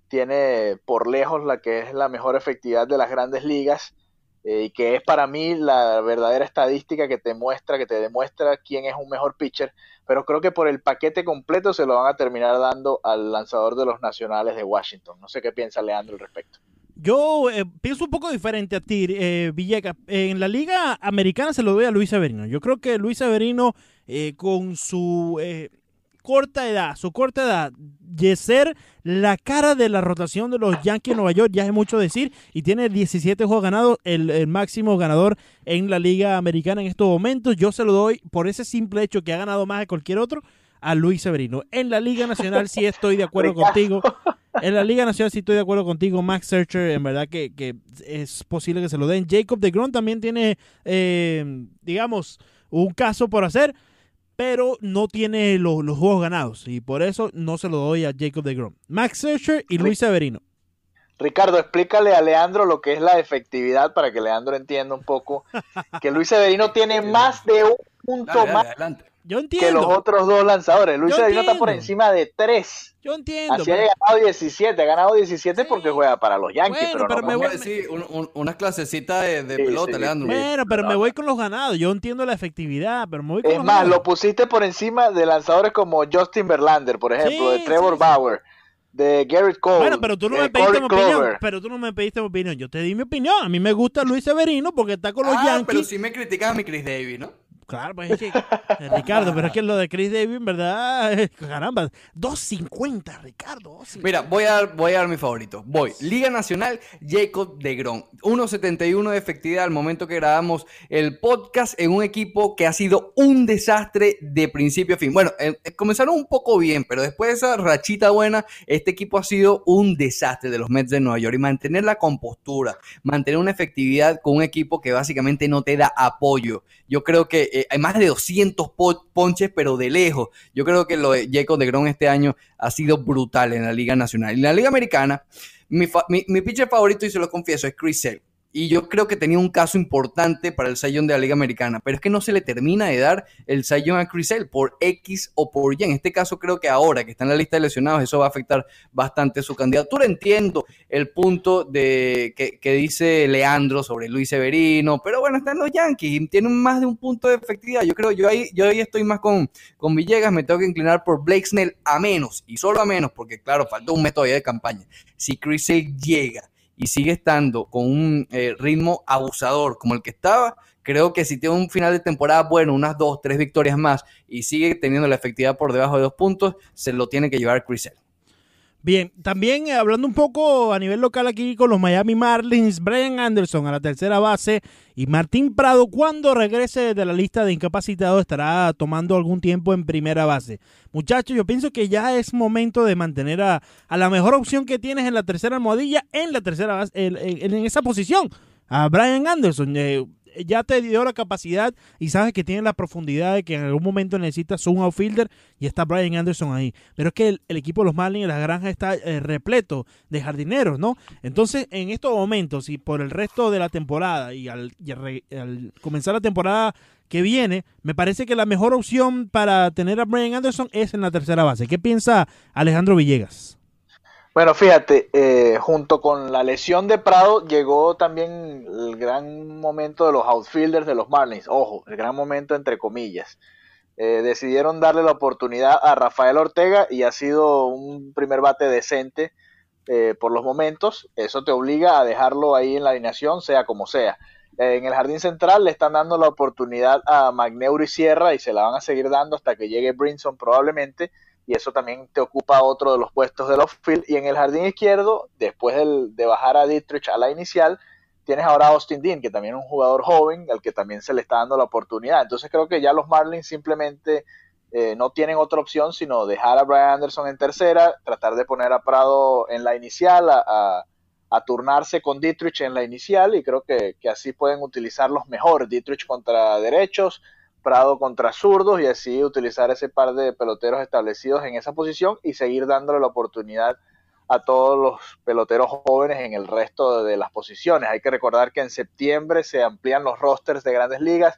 tiene por lejos la que es la mejor efectividad de las grandes ligas, eh, y que es para mí la verdadera estadística que te muestra, que te demuestra quién es un mejor pitcher, pero creo que por el paquete completo se lo van a terminar dando al lanzador de los Nacionales de Washington. No sé qué piensa Leandro al respecto. Yo eh, pienso un poco diferente a ti, eh, Villegas. En la Liga Americana se lo doy a Luis Severino. Yo creo que Luis Severino, eh, con su eh, corta edad, su corta edad, de ser la cara de la rotación de los Yankees de Nueva York, ya es mucho decir, y tiene diecisiete juegos ganados, el, el máximo ganador en la Liga Americana en estos momentos. Yo se lo doy por ese simple hecho que ha ganado más que cualquier otro a Luis Severino. En la Liga Nacional sí estoy de acuerdo contigo. En la Liga Nacional sí estoy de acuerdo contigo. Max Scherzer, en verdad que, que es posible que se lo den. Jacob deGrom también tiene, eh, digamos, un caso por hacer, pero no tiene los, los juegos ganados, y por eso no se lo doy a Jacob deGrom. Max Scherzer y Luis Severino. Ricardo, explícale a Leandro lo que es la efectividad para que Leandro entienda un poco que Luis Severino tiene más de un punto Dale, dale, más adelante. Yo entiendo. que los otros dos lanzadores. Luis Yo Severino entiendo. está por encima de tres. Yo entiendo. Así ha pero- ganado diecisiete, ha ganado diecisiete Sí. porque juega para los Yankees, Bueno, pero, pero no me como- voy- Sí, un- un- unas clasecitas de, de Sí, pelota, sí, Leandro. sí. Bueno, pero no, me no. voy con los ganados. Yo entiendo la efectividad, pero me voy con Es los más, ganados. lo pusiste por encima de lanzadores como Justin Verlander, por ejemplo, Sí, de Trevor sí, sí. Bauer, de Garrett Cole, Bueno, pero tú no de me pediste Corey mi opinión. Kluber. Pero tú no me pediste mi opinión. Yo te di mi opinión. A mí me gusta Luis Severino porque está con los Ah, Yankees. pero sí me criticas a mi Chris Davis, ¿no? Claro, pues es que, eh, Ricardo, pero es que lo de Chris Davis, en verdad, eh, caramba, dos cincuenta, Ricardo. dos cincuenta. Mira, voy a dar, voy a dar mi favorito. Voy. Liga Nacional, Jacob deGrom. uno setenta y uno de efectividad al momento que grabamos el podcast en un equipo que ha sido un desastre de principio a fin. Bueno, eh, eh, comenzaron un poco bien, pero después de esa rachita buena, este equipo ha sido un desastre de los Mets de Nueva York. Y mantener la compostura, mantener una efectividad con un equipo que básicamente no te da apoyo. Yo creo que eh, hay más de doscientos po- ponches, pero de lejos. Yo creo que lo de Jacob deGrom este año ha sido brutal en la Liga Nacional. En la Liga Americana, mi, fa- mi, mi pitcher favorito, y se lo confieso, es Chris Sale. Y yo creo que tenía un caso importante para el Cy Young de la Liga Americana, pero es que no se le termina de dar el Cy Young a Chris Sale por X o por Y. En este caso creo que ahora que está en la lista de lesionados, eso va a afectar bastante su candidatura. Entiendo el punto de que, que dice Leandro sobre Luis Severino, pero bueno, están los Yankees y tienen más de un punto de efectividad. Yo creo, yo ahí, yo ahí estoy más con, con Villegas, me tengo que inclinar por Blake Snell a menos, y solo a menos, porque claro, falta un mes todavía de campaña. Si Chris Sale llega y sigue estando con un eh, ritmo abusador como el que estaba, creo que si tiene un final de temporada bueno, unas dos, tres victorias más, y sigue teniendo la efectividad por debajo de dos puntos, se lo tiene que llevar Chris Sale. Bien, también eh, hablando un poco a nivel local aquí con los Miami Marlins, Brian Anderson a la tercera base y Martín Prado, cuando regrese de la lista de incapacitados, estará tomando algún tiempo en primera base. Muchachos, yo pienso que ya es momento de mantener a, a la mejor opción que tienes en la tercera almohadilla, en la tercera base, en, en, en esa posición, a Brian Anderson. Eh, ya te dio la capacidad y sabes que tiene la profundidad de que en algún momento necesitas un outfielder, y está Brian Anderson ahí. Pero es que el, el equipo de los Marlins, la granja, está eh, repleto de jardineros, ¿no? Entonces, en estos momentos y por el resto de la temporada y al, y al, re, al comenzar la temporada que viene, me parece que la mejor opción para tener a Brian Anderson es en la tercera base. ¿Qué piensa Alejandro Villegas? Bueno, fíjate, eh, junto con la lesión de Prado llegó también el gran momento de los outfielders de los Marlins. Ojo, el gran momento entre comillas. Eh, decidieron darle la oportunidad a Rafael Ortega y ha sido un primer bate decente eh, por los momentos. Eso te obliga a dejarlo ahí en la alineación, sea como sea. Eh, en el jardín central le están dando la oportunidad a Magneuri Sierra y se la van a seguir dando hasta que llegue Brinson probablemente. Y eso también te ocupa otro de los puestos del outfield. Y en el jardín izquierdo, después del, de bajar a Dietrich a la inicial, tienes ahora a Austin Dean, que también es un jugador joven, al que también se le está dando la oportunidad. Entonces creo que ya los Marlins simplemente eh, no tienen otra opción, sino dejar a Brian Anderson en tercera, tratar de poner a Prado en la inicial, a, a, a turnarse con Dietrich en la inicial, y creo que, que así pueden utilizarlos mejor. Dietrich contra derechos, Prado contra zurdos, y así utilizar ese par de peloteros establecidos en esa posición y seguir dándole la oportunidad a todos los peloteros jóvenes en el resto de las posiciones. Hay que recordar que en septiembre se amplían los rosters de Grandes Ligas,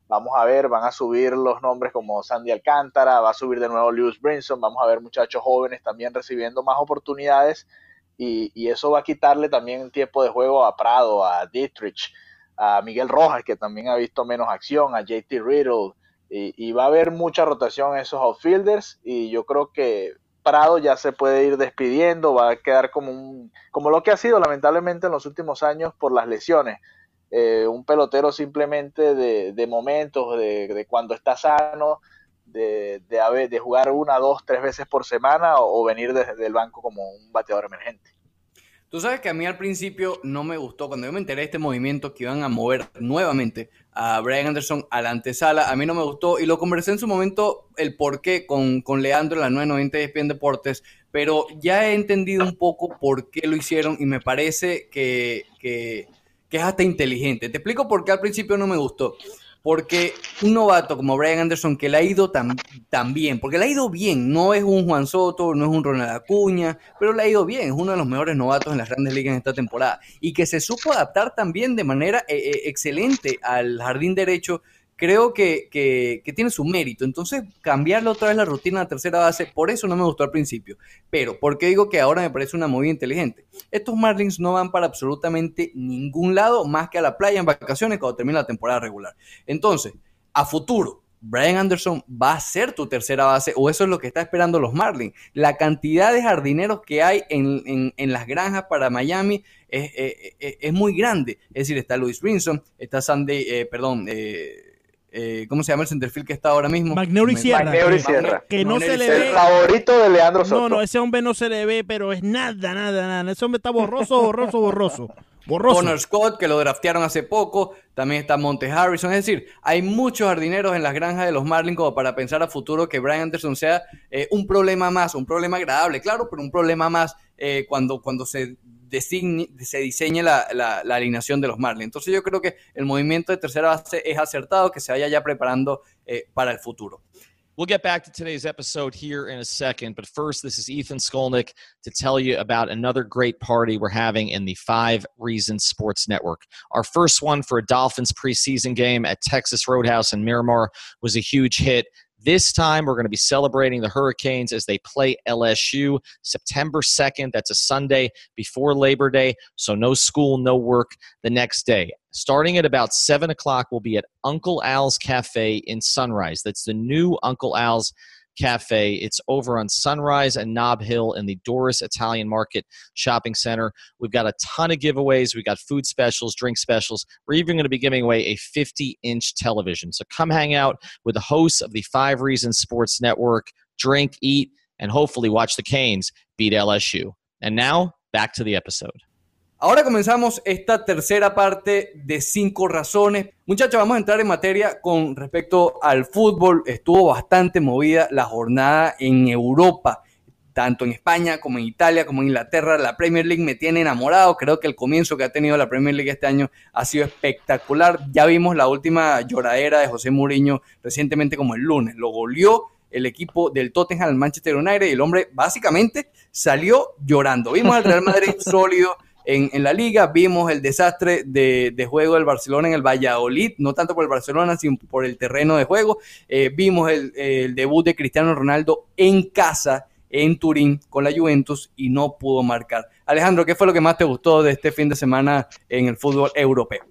vamos a ver, van a subir los nombres como Sandy Alcántara, va a subir de nuevo Lewis Brinson, vamos a ver muchachos jóvenes también recibiendo más oportunidades, y, y eso va a quitarle también tiempo de juego a Prado, a Dietrich, a Miguel Rojas, que también ha visto menos acción, a J T Riddle, y, y va a haber mucha rotación en esos outfielders, y yo creo que Prado ya se puede ir despidiendo, va a quedar como un como lo que ha sido lamentablemente en los últimos años por las lesiones, eh, un pelotero simplemente de, de momentos, de, de cuando está sano, de, de, de jugar una, dos, tres veces por semana, o, o venir desde el banco como un bateador emergente. Tú sabes que a mí al principio no me gustó, cuando yo me enteré de este movimiento que iban a mover nuevamente a Brian Anderson a la antesala, a mí no me gustó, y lo conversé en su momento el por qué con, con Leandro en la nueve noventa de E S P N Deportes, pero ya he entendido un poco por qué lo hicieron, y me parece que, que, que es hasta inteligente. Te explico por qué al principio no me gustó. Porque un novato como Brian Anderson, que le ha ido tan, tan bien, porque le ha ido bien, no es un Juan Soto, no es un Ronald Acuña, pero le ha ido bien, es uno de los mejores novatos en las grandes ligas en esta temporada, y que se supo adaptar también de manera eh, eh, excelente al jardín derecho, creo que, que, que tiene su mérito. Entonces, cambiarle otra vez la rutina a tercera base, por eso no me gustó al principio. Pero, ¿por qué digo que ahora me parece una movida inteligente? Estos Marlins no van para absolutamente ningún lado más que a la playa en vacaciones cuando termina la temporada regular. Entonces, a futuro, Brian Anderson va a ser tu tercera base, o eso es lo que está esperando los Marlins. La cantidad de jardineros que hay en, en, en las granjas para Miami es, es, es, es muy grande. Es decir, está Lewis Brinson, está Sandy, eh, perdón, eh, Eh, ¿cómo se llama el centerfield que está ahora mismo? Magneuris Sierra. Magneuris Sierra. Que no se le el ve. El favorito de Leandro Soto. No, no, ese hombre no se le ve, pero es nada, nada, nada. Ese hombre está borroso, borroso, borroso. Borroso. Connor Scott, que lo draftearon hace poco. También está Monte Harrison. Es decir, hay muchos jardineros en las granjas de los Marlins como para pensar a futuro que Brian Anderson sea eh, un problema más, un problema agradable, claro, pero un problema más eh, cuando, cuando se Designe, se diseñe la, la, la alineación de los Marlins. Entonces yo creo que el movimiento de tercera base es acertado, que se vaya ya preparando eh, para el futuro. We'll get back to today's episode here in a second, but first, this is Ethan Skolnick to tell you about another great party we're having in the Five Reasons Sports Network. Our first one for a Dolphins preseason game at Texas Roadhouse in Miramar was a huge hit. This time, we're going to be celebrating the Hurricanes as they play L S U September second. That's a Sunday before Labor Day, so no school, no work the next day. Starting at about seven o'clock, we'll be at Uncle Al's Cafe in Sunrise. That's the new Uncle Al's Cafe. It's over on Sunrise and Nob Hill in the Doris Italian Market Shopping Center. We've got a ton of giveaways. We've got food specials, drink specials. We're even going to be giving away a fifty-inch television. So come hang out with the hosts of the Five Reasons Sports Network, drink, eat, and hopefully watch the Canes beat L S U. And now, back to the episode. Ahora comenzamos esta tercera parte de Cinco Razones. Muchachos, vamos a entrar en materia con respecto al fútbol. Estuvo bastante movida la jornada en Europa, tanto en España como en Italia, como en Inglaterra. La Premier League me tiene enamorado. Creo que el comienzo que ha tenido la Premier League este año ha sido espectacular. Ya vimos la última lloradera de José Mourinho recientemente, como el lunes. Lo goleó el equipo del Tottenham al Manchester United y el hombre básicamente salió llorando. Vimos al Real Madrid sólido En, en la liga, vimos el desastre de, de juego del Barcelona en el Valladolid, no tanto por el Barcelona, sino por el terreno de juego. Eh, vimos el, el debut de Cristiano Ronaldo en casa, en Turín, con la Juventus, y no pudo marcar. Alejandro, ¿qué fue lo que más te gustó de este fin de semana en el fútbol europeo?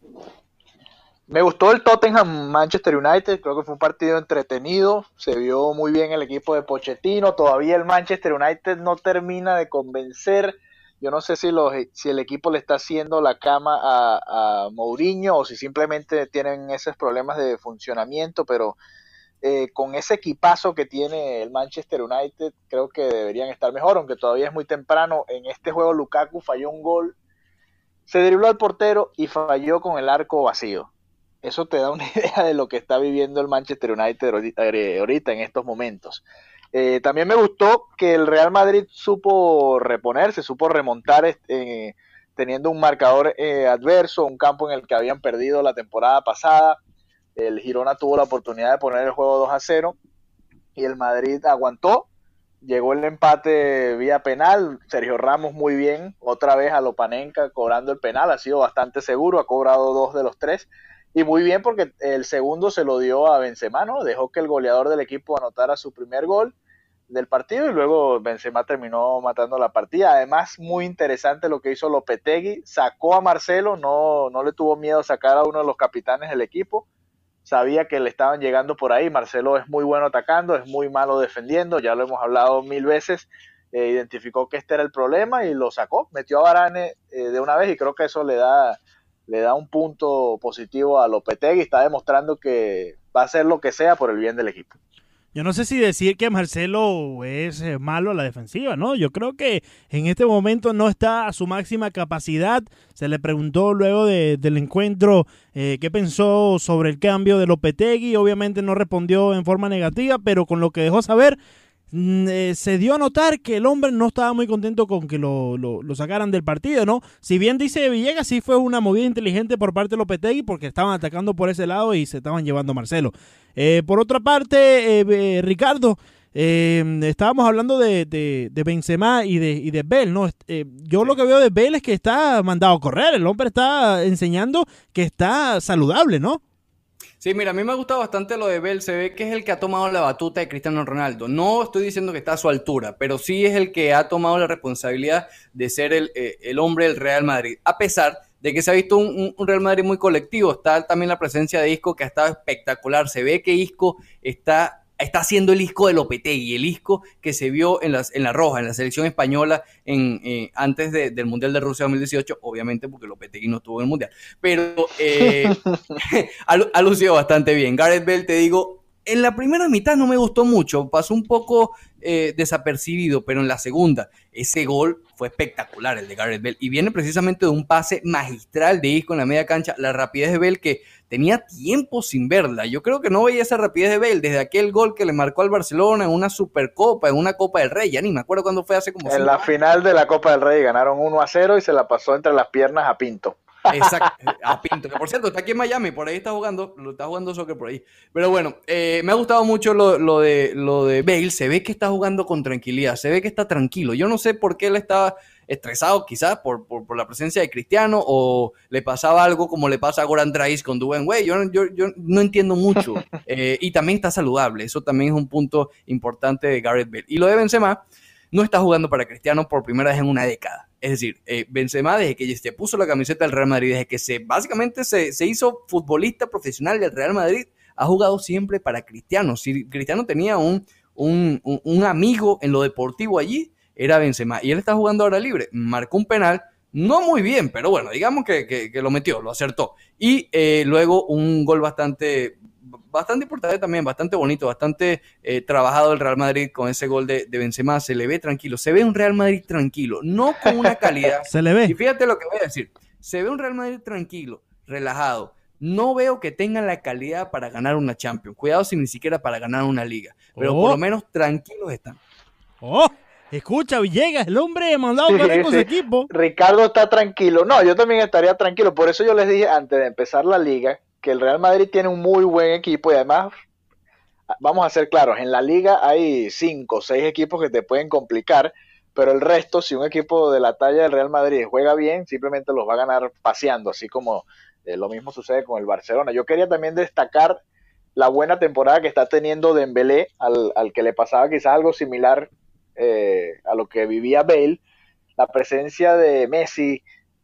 Me gustó el Tottenham-Manchester United, creo que fue un partido entretenido, se vio muy bien el equipo de Pochettino, todavía el Manchester United no termina de convencer. Yo no sé si, los, si el equipo le está haciendo la cama a, a Mourinho o si simplemente tienen esos problemas de funcionamiento, pero eh, con ese equipazo que tiene el Manchester United creo que deberían estar mejor, aunque todavía es muy temprano. En este juego Lukaku falló un gol, se dribló al portero y falló con el arco vacío. Eso te da una idea de lo que está viviendo el Manchester United ahorita en estos momentos. Eh, también me gustó que el Real Madrid supo reponerse, supo remontar eh, teniendo un marcador eh, adverso, un campo en el que habían perdido la temporada pasada. El Girona tuvo la oportunidad de poner el juego dos a cero y el Madrid aguantó. Llegó el empate vía penal, Sergio Ramos muy bien, otra vez a Lopanenka cobrando el penal, ha sido bastante seguro, ha cobrado dos de los tres y muy bien porque el segundo se lo dio a Benzema, ¿no? Dejó que el goleador del equipo anotara su primer gol del partido y luego Benzema terminó matando la partida. Además, muy interesante lo que hizo Lopetegui, sacó a Marcelo, no, no le tuvo miedo a sacar a uno de los capitanes del equipo, sabía que le estaban llegando por ahí. Marcelo es muy bueno atacando, es muy malo defendiendo, ya lo hemos hablado mil veces, eh, identificó que este era el problema y lo sacó, metió a Varane eh, de una vez y creo que eso le da, le da un punto positivo a Lopetegui, está demostrando que va a hacer lo que sea por el bien del equipo. Yo no sé si decir que Marcelo es malo a la defensiva, ¿no? Yo creo que en este momento no está a su máxima capacidad. Se le preguntó luego de, del encuentro eh, qué pensó sobre el cambio de Lopetegui. Obviamente no respondió en forma negativa, pero con lo que dejó saber, eh, se dio a notar que el hombre no estaba muy contento con que lo, lo, lo sacaran del partido, ¿no? Si bien dice Villegas, sí fue una movida inteligente por parte de Lopetegui porque estaban atacando por ese lado y se estaban llevando a Marcelo. Eh, por otra parte, eh, eh, Ricardo, eh, estábamos hablando de, de, de Benzema y de, y de Bale, ¿no? Eh, yo sí. Lo que veo de Bale es que está mandado a correr, el hombre está enseñando que está saludable, ¿no? Sí, mira, a mí me ha gustado bastante lo de Bale, se ve que es el que ha tomado la batuta de Cristiano Ronaldo. No estoy diciendo que está a su altura, pero sí es el que ha tomado la responsabilidad de ser el, eh, el hombre del Real Madrid, a pesar de que se ha visto un, un Real Madrid muy colectivo. Está también la presencia de Isco, que ha estado espectacular. Se ve que Isco está, está haciendo el Isco de Lopetegui, el Isco que se vio en, las, en la Roja, en la selección española en, eh, antes de, del Mundial de Rusia dos mil dieciocho, obviamente porque Lopetegui no estuvo en el Mundial, pero eh, ha, ha lucido bastante bien. Gareth Bale, te digo, en la primera mitad no me gustó mucho, pasó un poco eh, desapercibido, pero en la segunda, ese gol fue espectacular, el de Gareth Bale, y viene precisamente de un pase magistral de Isco en la media cancha, la rapidez de Bale que tenía tiempo sin verla. Yo creo que no veía esa rapidez de Bale desde aquel gol que le marcó al Barcelona en una Supercopa, en una Copa del Rey, ya ni me acuerdo cuándo fue, hace como en la años. Final de la Copa del Rey ganaron uno a cero y se la pasó entre las piernas a Pinto. Exacto, a Pinto, que por cierto está aquí en Miami, por ahí está jugando, lo está jugando soccer por ahí. Pero bueno, eh, me ha gustado mucho lo, lo, de, lo de Bale, se ve que está jugando con tranquilidad, se ve que está tranquilo. Yo no sé por qué él estaba estresado, quizás por, por, por la presencia de Cristiano, o le pasaba algo como le pasa a Goran Dragic con Dwayne Wade. Yo, yo, yo no entiendo mucho, eh, y también está saludable, eso también es un punto importante de Gareth Bale. Y lo de Benzema, no está jugando para Cristiano por primera vez en una década. Es decir, eh, Benzema, desde que se puso la camiseta del Real Madrid, desde que se básicamente se, se hizo futbolista profesional del Real Madrid, ha jugado siempre para Cristiano. Si Cristiano tenía un, un, un, un amigo en lo deportivo allí, era Benzema. Y él está jugando ahora libre. Marcó un penal, no muy bien, pero bueno, digamos que, que, que lo metió, lo acertó. Y eh, luego un gol bastante... bastante importante también, bastante bonito, bastante eh, trabajado el Real Madrid con ese gol de, de Benzema. Se le ve tranquilo, se ve un Real Madrid tranquilo, no con una calidad. Se le ve. Y fíjate lo que voy a decir, se ve un Real Madrid tranquilo, relajado. No veo que tengan la calidad para ganar una Champions. Cuidado si ni siquiera para ganar una Liga. Pero oh. por lo menos tranquilos están. ¡Oh! Escucha, Villegas, el hombre mandado sí, con sí. su equipo. Ricardo está tranquilo. No, yo también estaría tranquilo. Por eso yo les dije antes de empezar la Liga que el Real Madrid tiene un muy buen equipo y además, vamos a ser claros, en la Liga hay cinco o seis equipos que te pueden complicar, pero el resto, si un equipo de la talla del Real Madrid juega bien, simplemente los va a ganar paseando, así como eh, lo mismo sucede con el Barcelona. Yo quería también destacar la buena temporada que está teniendo Dembélé, al, al que le pasaba quizás algo similar eh, a lo que vivía Bale, la presencia de Messi,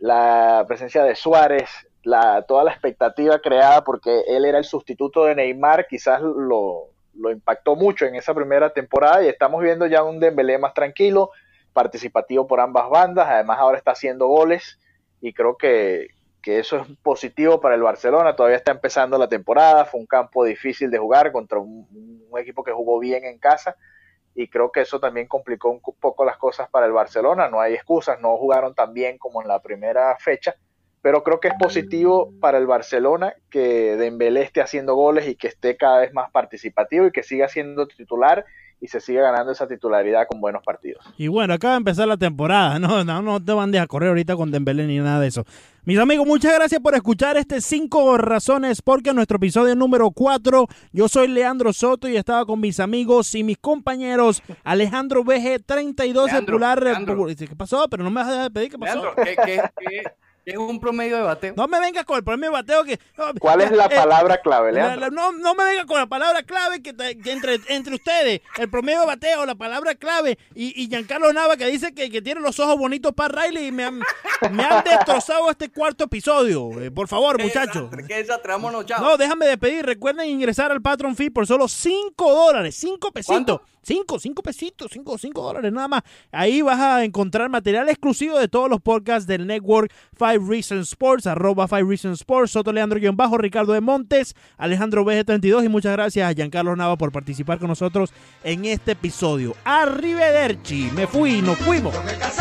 la presencia de Suárez, La, toda la expectativa creada porque él era el sustituto de Neymar, quizás lo, lo impactó mucho en esa primera temporada y estamos viendo ya un Dembélé más tranquilo, participativo por ambas bandas, además ahora está haciendo goles y creo que, que eso es positivo para el Barcelona. Todavía está empezando la temporada, fue un campo difícil de jugar contra un, un equipo que jugó bien en casa y creo que eso también complicó un poco las cosas para el Barcelona. No hay excusas, no jugaron tan bien como en la primera fecha, pero creo que es positivo para el Barcelona que Dembélé esté haciendo goles y que esté cada vez más participativo y que siga siendo titular y se siga ganando esa titularidad con buenos partidos. Y bueno, acaba de empezar la temporada, no, no, no te mandes a correr ahorita con Dembélé ni nada de eso. Mis amigos, muchas gracias por escuchar este cinco razones porque nuestro episodio número cuatro. Yo soy Leandro Soto y estaba con mis amigos y mis compañeros Alejandro B G treinta y dos, Leandro, el Pular. Leandro. ¿Qué pasó? Pero no me vas a dejar de pedir, ¿qué pasó? Leandro, ¿qué, qué, qué? Es un promedio de bateo. No me vengas con el promedio de bateo que... ¿Cuál es la eh, palabra clave, la- Leandro? la- no, no me vengas con la palabra clave que, te- que entre, entre ustedes, el promedio de bateo, la palabra clave, y, y Giancarlo Nava que dice que, que tiene los ojos bonitos para Riley y me han, me han destrozado este cuarto episodio. Eh, por favor, muchachos. ¿Qué desastre? Vámonos, chao. No, déjame despedir. Recuerden ingresar al Patreon Fee por solo cinco dólares. cinco pesitos. ¿Cuánto? cinco, cinco pesitos. cinco, cinco dólares nada más. Ahí vas a encontrar material exclusivo de todos los podcasts del Network Five Reasons Sports, arroba Five Reasons Sports, Soto Leandro-Bajo, Ricardo de Montes, Alejandro B G treinta y dos y muchas gracias a Giancarlo Nava por participar con nosotros en este episodio. Arrivederci. Me fui, nos fuimos.